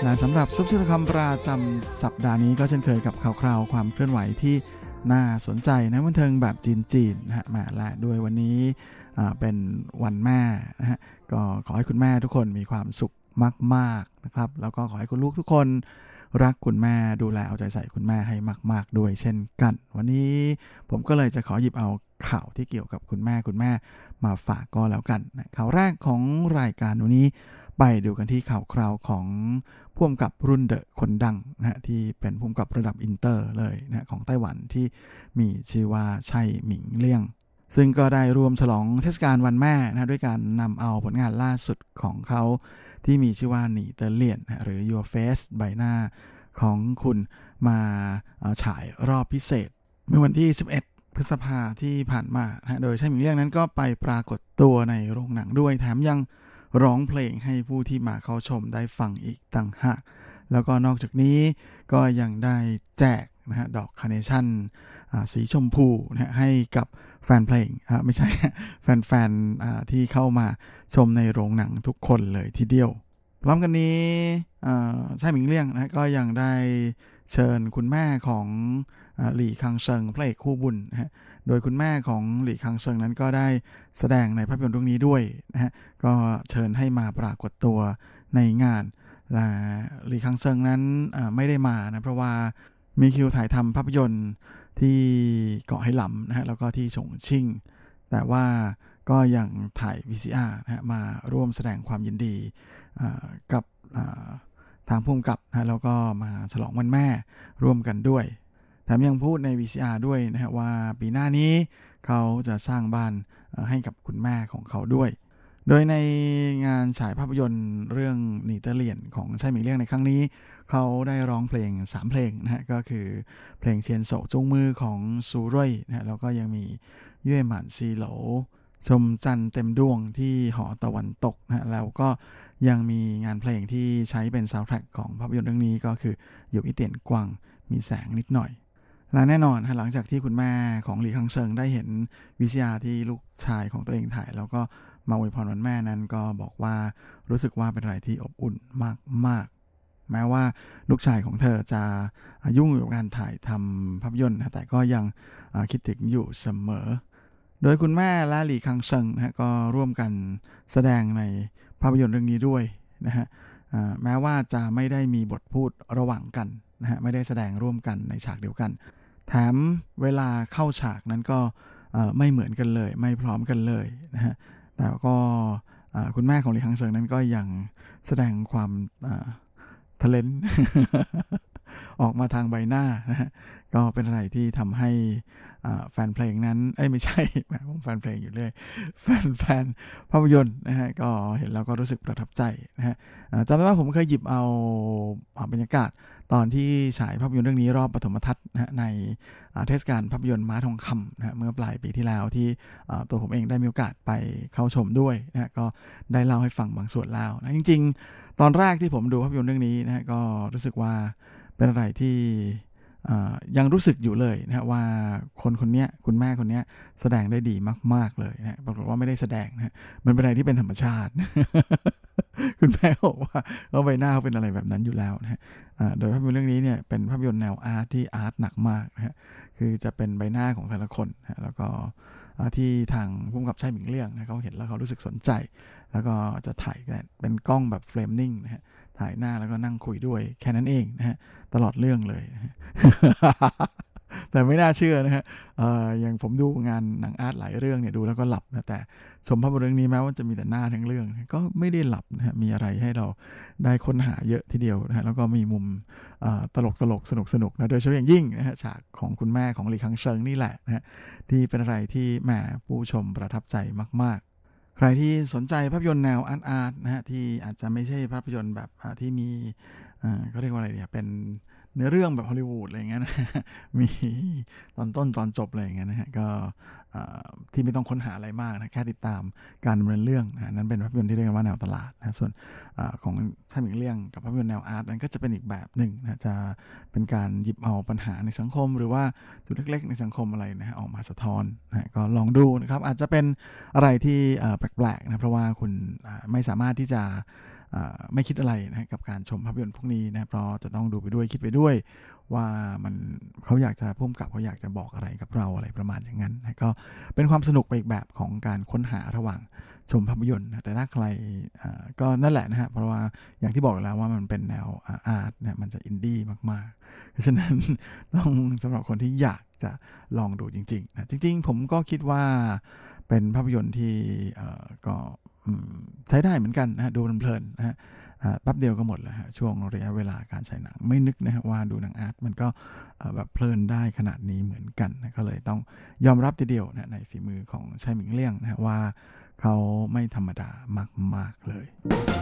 [SPEAKER 6] และสำหรับซุปซิลคำประจำสัปดาห์นี้ก็เช่นเคยกับข่าวคราวความเคลื่อนไหวที่น่าสนใจในบันเทิงแบบจีนๆนะฮะมาและด้วยวันนี้เป็นวันแม่นะฮะก็ขอให้คุณแม่ทุกคนมีความสุขมากๆนะครับแล้วก็ขอให้คุณลูกทุกคนรักคุณแม่ดูแลเอาใจใส่คุณแม่ให้มากๆด้วยเช่นกันวันนี้ผมก็เลยจะขอหยิบเอาข่าวที่เกี่ยวกับคุณแม่คุณแม่มาฝากก็แล้วกันนะข่าวแรกของรายการวันนี้ไปดูกันที่ข่าวคราวของผู้กำกับรุ่นเดอะคนดังนะฮะที่เป็นผู้กำกับระดับอินเตอร์เลยนะของไต้หวันที่มีชื่อว่าไช่หมิงเลี่ยงซึ่งก็ได้รวมฉลองเทศกาลวันแม่นะด้วยการนำเอาผลงานล่าสุดของเขาที่มีชื่อว่าหนีเตอร์เลียนหรือ Your Face ใบหน้าของคุณมาฉายรอบพิเศษเมื่อวันที่สิบเอ็ดพฤษภาคมที่ผ่านมานะโดยไช่หมิงเลี่ยงนั้นก็ไปปรากฏตัวในโรงหนังด้วยแถมยังร้องเพลงให้ผู้ที่มาเข้าชมได้ฟังอีกต่างหากแล้วก็นอกจากนี้ก็ยังได้แจกนะฮะดอกคาร์เนชั่นสีชมพูนะให้กับแฟนเพลงไม่ใช่แฟนๆที่เข้ามาชมในโรงหนังทุกคนเลยทีเดียวพร้อมกันนี้ไช่หมิงเลี่ยงนะก็ยังได้เชิญคุณแม่ของหลี่คังเซิงพระเอกคู่บุญนะฮะโดยคุณแม่ของหลี่คังเซิงนั้นก็ได้แสดงในภาพยนตร์เรื่องนี้ด้วยนะฮะก็เชิญให้มาปรากฏตัวในงานและหลี่คังเซิงนั้นไม่ได้มานะเพราะว่ามีคิวถ่ายทำภาพยนตร์ที่เกาะไหหลำนะฮะแล้วก็ที่ฉงชิ่งแต่ว่าก็ยังถ่าย วี ซี อาร์ นะฮะมาร่วมแสดงความยินดีกับทางผู้กำกับนะแล้วก็มาฉลองวันแม่ร่วมกันด้วยแถมยังพูดใน วี ซี อาร์ ด้วยนะฮะว่าปีหน้านี้เขาจะสร้างบ้านให้กับคุณแม่ของเขาด้วยโดยในงานฉายภาพยนตร์เรื่องหนีเตอร์เลียนของไช่หมิงเลี่ยงในครั้งนี้เขาได้ร้องเพลงสามเพลงนะฮะก็คือเพลงเชียนโศกจูงมือของซูเร่ยนะฮะแล้วก็ยังมีเย่หม่านซีโหลชมจันเต็มดวงที่หอตะวันตกนะฮะแล้วก็ยังมีงานเพลงที่ใช้เป็นซาวด์แทร็กของภาพยนตร์เรื่องนี้ก็คือหยกอีเตียนกวางมีแสงนิดหน่อยและแน่นอนหลังจากที่คุณแม่ของหลี่คังเซิงได้เห็น วี ซี อาร์ ที่ลูกชายของตัวเองถ่ายแล้วก็มาอวยพรวันแม่นั้นก็บอกว่ารู้สึกว่าเป็นอะไรที่อบอุ่นมากๆแม้ว่าลูกชายของเธอจะยุ่งอยู่กับการถ่ายทำภาพยนตร์แต่ก็ยังคิดถึงอยู่เสมอโดยคุณแม่และหลี่คังเซิงนะก็ร่วมกันแสดงในภาพยนตร์เรื่องนี้ด้วยนะฮะแม้ว่าจะไม่ได้มีบทพูดระหว่างกันนะฮะไม่ได้แสดงร่วมกันในฉากเดียวกันแถมเวลาเข้าฉากนั้นก็ไม่เหมือนกันเลยไม่พร้อมกันเลยนะฮะแต่ก็คุณแม่ของหลี่คังเซิงนั้นก็ยังแสดงความทะเลน ออกมาทางใบหน้านะฮะก็เป็นอะไรที่ทำให้แฟนเพลงนั้นเอ้ยไม่ใช่ผมแฟนเพลงอยู่เรื่อยแฟนแฟนภาพยนตร์นะฮะก็เห็นแล้วก็รู้สึกประทับใจนะฮะจำได้ว่าผมเคยหยิบเอาบรรยากาศตอนที่ฉายภาพยนตร์เรื่องนี้รอบปฐมทัศน์นะฮะในเทศกาลภาพยนตร์ม้าทองคำนะฮะเมื่อปลายปีที่แล้วที่ตัวผมเองได้มีโอกาสไปเข้าชมด้วยนะฮะก็ได้เล่าให้ฟังบางส่วนแล้วนะจริงๆตอนแรกที่ผมดูภาพยนตร์เรื่องนี้นะฮะก็รู้สึกว่าเป็นอะไรที่ยังรู้สึกอยู่เลยนะว่าคนคนนี้คุณแม่คนนี้แสดงได้ดีมากๆเลยนะปรากฏว่าไม่ได้แสดงนะมันเป็นอะไรที่เป็นธรรมชาติ คุณแม่บอกว่าเขาใบหน้าเขาเป็นอะไรแบบนั้นอยู่แล้วนะฮะโดยภาพยนตร์เรื่องนี้เนี่ยเป็นภาพยนตร์แนวอาร์ตที่อาร์ตหนักมากนะฮะคือจะเป็นใบหน้าของแต่ละคนนะแล้วก็ที่ทางผู้กำกับไช่หมิงเลี่ยงนะเขาเห็นแล้วเขารู้สึกสนใจแล้วก็จะถ่ายเป็นกล้องแบบเฟรมนิ่งนะฮะถ่ายหน้าแล้วก็นั่งคุยด้วยแค่นั้นเองนะฮะตลอดเรื่องเลยนะฮะ แต่ไม่น่าเชื่อนะฮะอย่างผมดูงานหนังอาร์ตหลายเรื่องเนี่ยดูแล้วก็หลับนะแต่ชมภาพยนตร์เรื่องนี้แม้ว่าจะมีแต่หน้าทั้งเรื่องก็ไม่ได้หลับนะฮะมีอะไรให้เราได้ค้นหาเยอะทีเดียวนะฮะแล้วก็มีมุมตลกตลกสนุกสนุกนะโดยเฉพาะอย่างยิ่งนะฮะฉากของคุณแม่ของหลี่คังเซิงนี่แหละนะฮะที่เป็นอะไรที่แหมผู้ชมประทับใจมากๆใครที่สนใจภาพยนตร์แนวอาร์ตอาร์ตนะฮะที่อาจจะไม่ใช่ภาพยนตร์แบบที่มีเขาเรียกว่าอะไรเนี่ยเป็นเนื้อเรื่องแบบฮอลลีวูดอะไรอย่างเงี้ยนะมีตอนต้นตอนจบอะไรอย่างเงี้ยนะฮะก็ที่ไม่ต้องค้นหาอะไรมากนะแค่ติดตามการดำเนินเรื่องนะนั้นเป็นภาพยนตร์ที่เรียกว่าแนวตลาดนะส่วนของไช่หมิงเลี่ยงกับภาพยนตร์แนวอาร์ตนั้นก็จะเป็นอีกแบบหนึ่งนะจะเป็นการหยิบเอาปัญหาในสังคมหรือว่าจุดเล็กๆในสังคมอะไรนะฮะออกมาสะท้อนนะก็ลองดูนะครับอาจจะเป็นอะไรที่แปลกๆนะเพราะว่าคุณไม่สามารถที่จะไม่คิดอะไรนะกับการชมภาพยนตร์พวกนี้นะเพราะจะต้องดูไปด้วยคิดไปด้วยว่ามันเขาอยากจะพุ่มกับเขาอยากจะบอกอะไรกับเราอะไรประมาณอย่างนั้นนะก็เป็นความสนุกไปอีกแบบของการค้นหาระหว่างชมภาพยนตร์นะแต่ถ้าใครก็นั่นแหละนะฮะเพราะว่าอย่างที่บอกแล้วว่ามันเป็นแนวอาร์ตนะมันจะอินดี้มากๆเพราะฉะนั้นต้องสำหรับคนที่อยากจะลองดูจริงๆนะจริงๆผมก็คิดว่าเป็นภาพยนตร์ที่ก็ใช้ได้เหมือนกันนะดูเพลินๆนะฮะแป๊บเดียวก็หมดแล้วฮะช่วงระยะเวลาการฉายหนังไม่นึกนะฮะว่าดูหนังอาร์ตมันก็แบบเพลินได้ขนาดนี้เหมือนกันนะก็เลยต้องยอมรับทีเดียวนะในฝีมือของไช่หมิงเลี่ยงนะฮะว่าเขาไม่ธรรมดามากๆเลย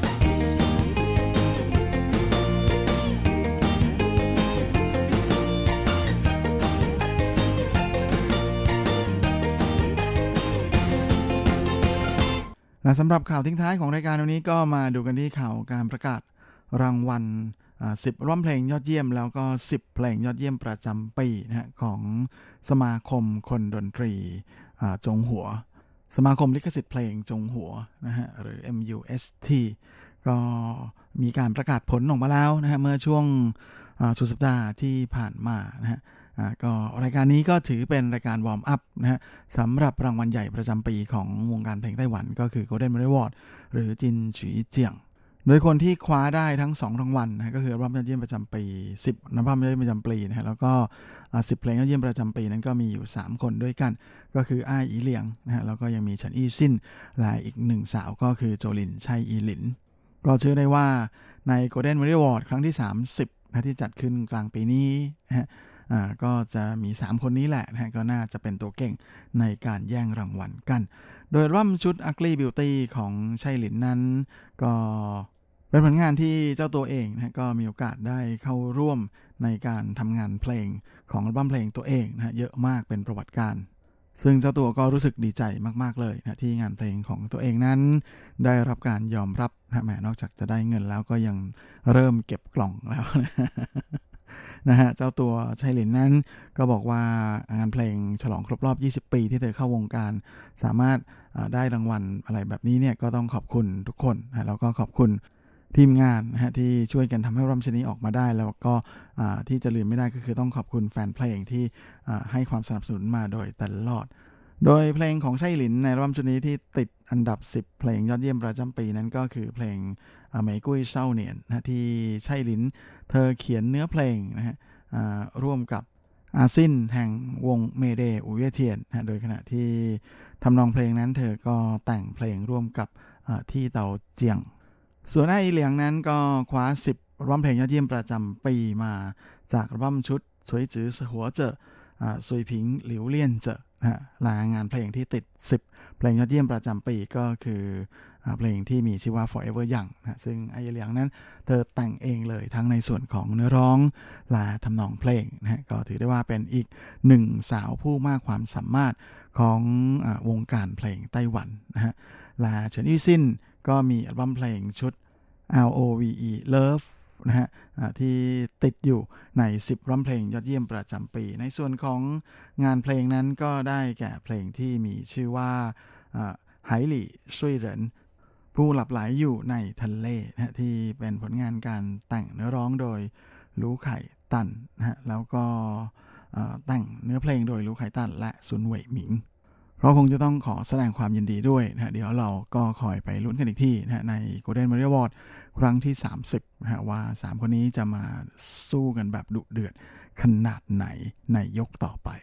[SPEAKER 6] และสำหรับข่าวทิ้งท้ายของรายการวันนี้ก็มาดูกันที่ข่าวการประกาศรางวัลสิบร้องเพลงยอดเยี่ยมแล้วก็สิบเพลงยอดเยี่ยมประจำปีนะฮะของสมาคมคนดนตรีจงหัวสมาคมลิขสิทธิ์เพลงจงหัวนะฮะหรือ เอ็ม ยู เอส ที ก็มีการประกาศผลออกมาแล้วนะฮะเมื่อช่วงสุดสัปดาห์ที่ผ่านมานะฮะก็รายการนี้ก็ถือเป็นรายการวอร์มอัพนะฮะสำหรับรางวัลใหญ่ประจำปีของวงการเพลงไต้หวันก็คือ Golden Memory Award หรือจินฉุยเจียงโดยคนที่คว้าได้ทั้งสองรางวัลนะก็คืออัลบั้มยอดเยี่ยมประจำปีสิบอัลบั้มยอดเยี่ยมประจำปีนะฮะแล้วก็สิบเพลงยอดเยี่ยมประจำปีนั้นก็มีอยู่สามคนด้วยกันก็คืออ้ายอีเหลียงนะฮะแล้วก็ยังมีเฉินอี้ซิ่นและอีกหนึ่งสาวก็คือโจลินไช่อีหลินก็เชื่อได้ว่าใน Golden Memory Award ครั้งที่สามสิบนะที่จัดขึ้นกลางปีนี้นะฮะอ่าก็จะมีสามคนนี้แหละนะฮะก็น่าจะเป็นตัวเก่งในการแย่งรางวัลกันโดยอัลบั้มชุด Ugly Beauty ของไช่หลินนั้นก็เป็นผลงานที่เจ้าตัวเองนะก็มีโอกาสได้เข้าร่วมในการทำงานเพลงของอัลบั้มเพลงตัวเองนะเยอะมากเป็นประวัติการซึ่งเจ้าตัวก็รู้สึกดีใจมากๆเลยนะที่งานเพลงของตัวเองนั้นได้รับการยอมรับนะแหมนอกจากจะได้เงินแล้วก็ยังเริ่มเก็บกล่องแล้วนะฮะเจ้าตัวไช่หลินนั้นก็บอกว่างานเพลงฉลองครบรอบยี่สิบปีที่เธอเข้าวงการสามารถได้รางวัลอะไรแบบนี้เนี่ยก็ต้องขอบคุณทุกคนนะแล้วก็ขอบคุณทีมงานนะฮะที่ช่วยกันทำให้อัลบั้มชิ้นนี้ออกมาได้แล้วก็ที่จะลืมไม่ได้ก็คือต้องขอบคุณแฟนเพลงที่ให้ความสนับสนุนมาโดยตลอดโดยเพลงของไช่หลินในอัลบั้มชุดนี้ที่ติดอันดับสิบเพลงยอดเยี่ยมประจำปีนั้นก็คือเพลงเหมยกุ้ยเศร้าเหนียนนะที่ไช่หลินเธอเขียนเนื้อเพลงนะฮะร่วมกับอาซินแห่งวงเมเดอูเย่เทียนนะโดยขณะที่ทำนองเพลงนั้นเธอก็แต่งเพลงร่วมกับที่เตาเจียงส่วนไอ้อีเหลียงนั้นก็คว้าสิบอัลบั้มเพลงยอดเยี่ยมประจำปีมาจากอัลบั้มชุดสวยจื้อหัวเจ๋อซุยผิงหลิวเลี่ยนเจ๋อนะรายงานเพลงที่ติดสิบเพลงยอดเยี่ยมประจำปีก็คือเพลงที่มีชื่อว่า Forever Young นะซึ่งไอ้อีเหลียงนั้นเธอแต่งเองเลยทั้งในส่วนของเนื้อร้องและทำนองเพลงนะก็ถือได้ว่าเป็นอีกหนึ่งสาวผู้มากความสามารถของวงการเพลงไต้หวันนะฮะและเฉินอี้ซิ่นก็มีอัลบั้มเพลงชุด Love Love นะฮะที่ติดอยู่ในสิบอัลบั้มเพลงยอดเยี่ยมประจำปีในส่วนของงานเพลงนั้นก็ได้แก่เพลงที่มีชื่อว่าไหหลี่ช่วยเหรินผู้หลับไหลอยู่ในทะเลนะที่เป็นผลงานการแต่งเนื้อร้องโดยลู่ไข่ตันนะฮะแล้วก็แต่งเนื้อเพลงโดยลู่ไข่ตันและซุนเหวยหมิงก็คงจะต้องขอแสดงความยินดีด้วยนะเดี๋ยวเราก็คอยไปลุ้นกันอีกที่นะใน Golden Memory Award ครั้งที่สามสิบนะว่าสามคนนี้จะมาสู้กันแบบดุเดือดขนาดไหนในยกต่อไป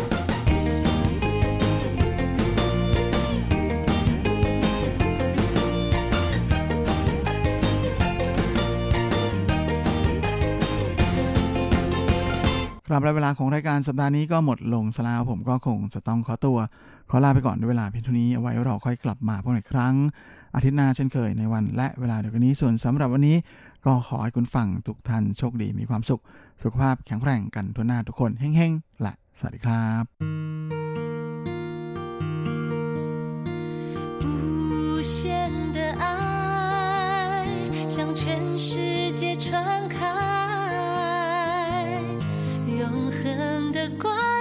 [SPEAKER 6] ครับและเวลาของรายการสัปดาห์นี้ก็หมดลงซะแล้วผมก็คงจะต้องขอตัวขอลาไปก่อนด้วยเวลาเพียงเท่านี้เอาไว้เราค่อยกลับมาพบกันอีกครั้งอาทิตย์หน้าเช่นเคยในวันและเวลาเดียวกันนี้ส่วนสำหรับวันนี้ก็ขอให้คุณฟังทุกท่านโชคดีมีความสุขสุขภาพแข็งแรงกันทั่วหน้าทุกคนเฮ้งๆและสวัสดีครับ
[SPEAKER 7] 无限的爱向全世界传开永恒的关